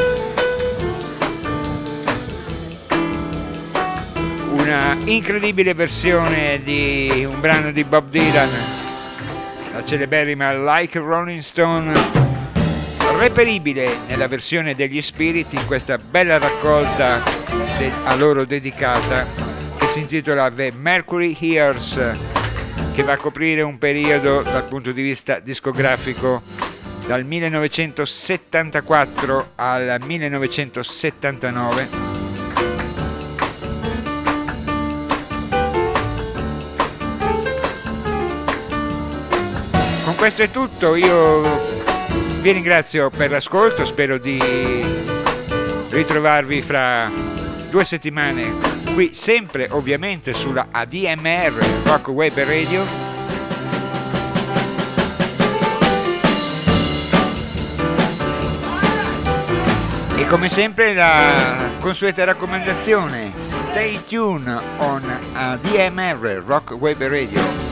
una incredibile versione di un brano di Bob Dylan, la celeberrima Like a Rolling Stone, reperibile nella versione degli Spirit in questa bella raccolta de- a loro dedicata che si intitola The Mercury Years, che va a coprire un periodo dal punto di vista discografico dal millenovecentosettantaquattro al millenovecentosettantanove. Con questo è tutto, io vi ringrazio per l'ascolto, spero di ritrovarvi fra due settimane qui, sempre ovviamente sulla A D M R Rock Web Radio. E come sempre la consueta raccomandazione: stay tuned on A D M R Rock Web Radio.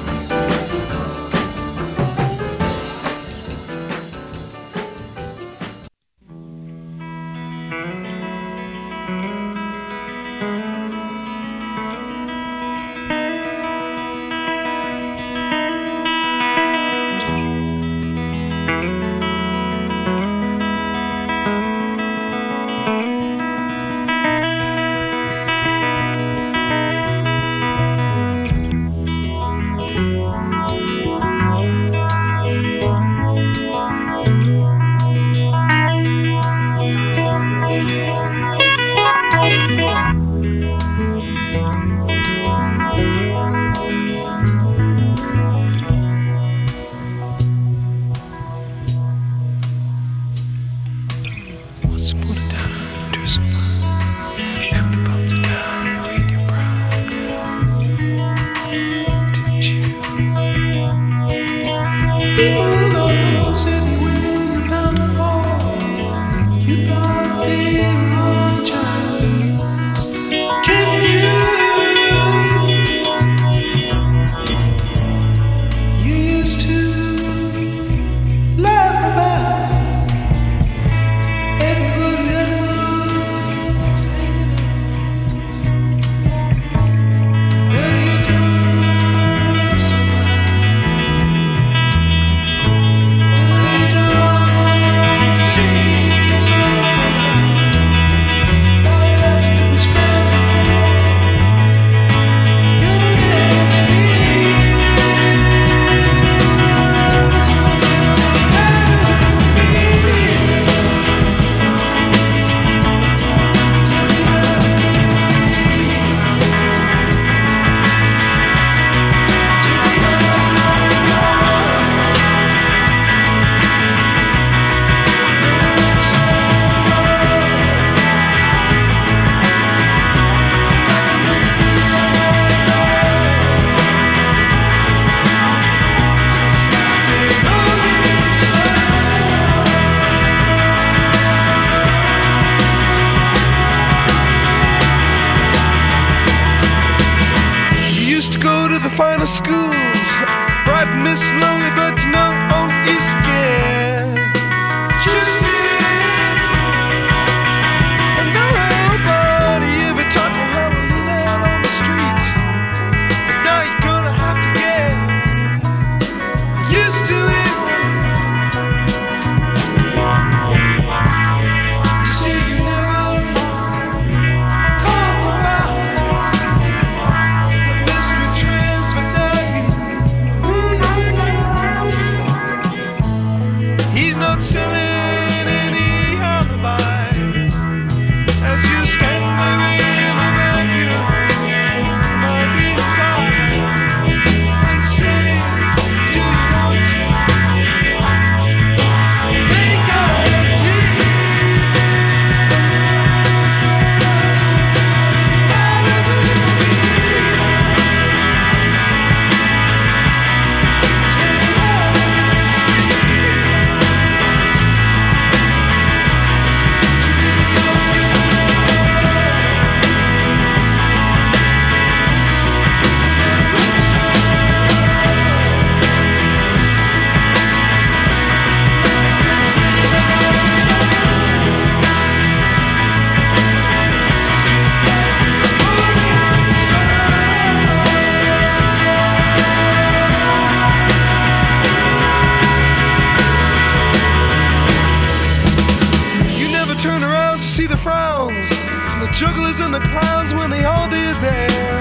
jugglers and the clowns when they all did their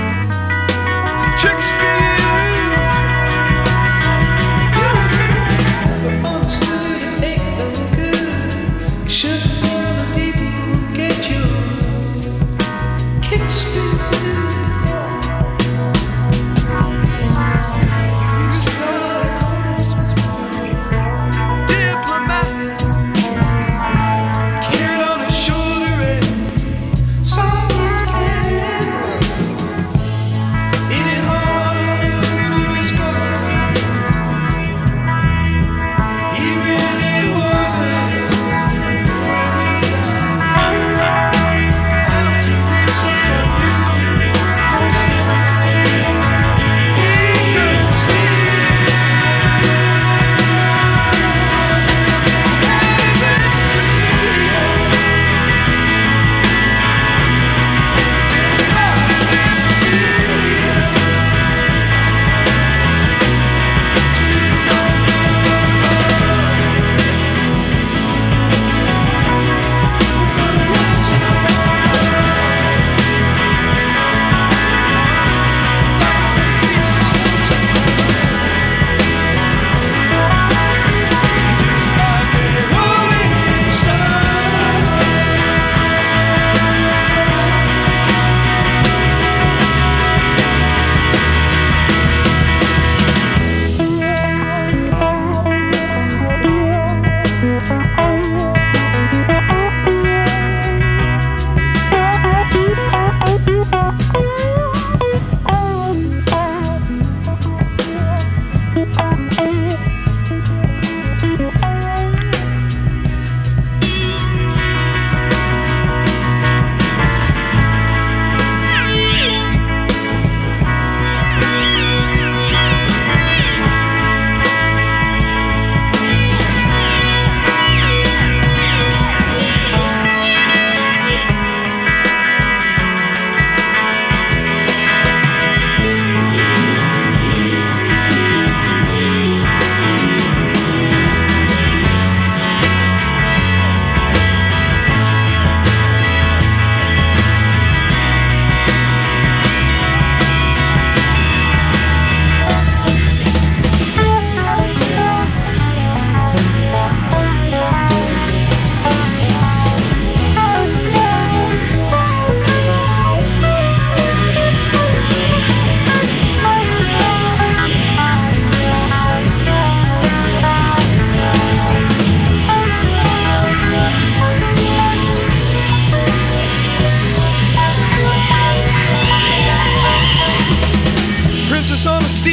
tricks for you. You understood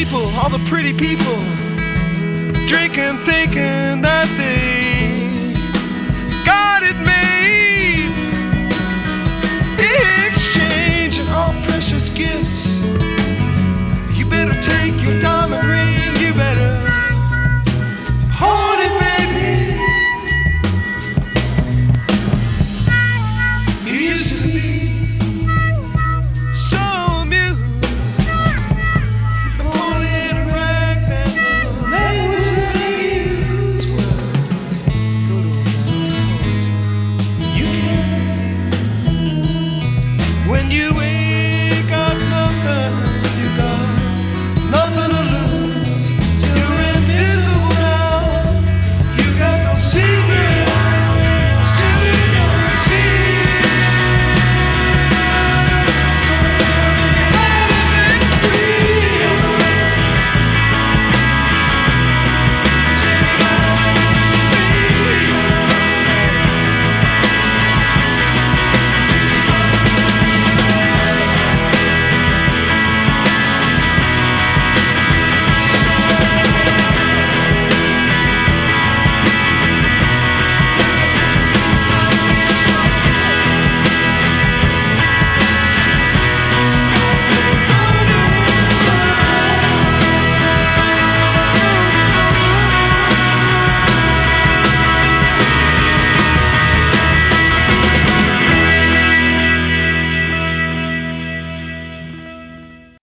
people, all the pretty people, drinking, thinking that they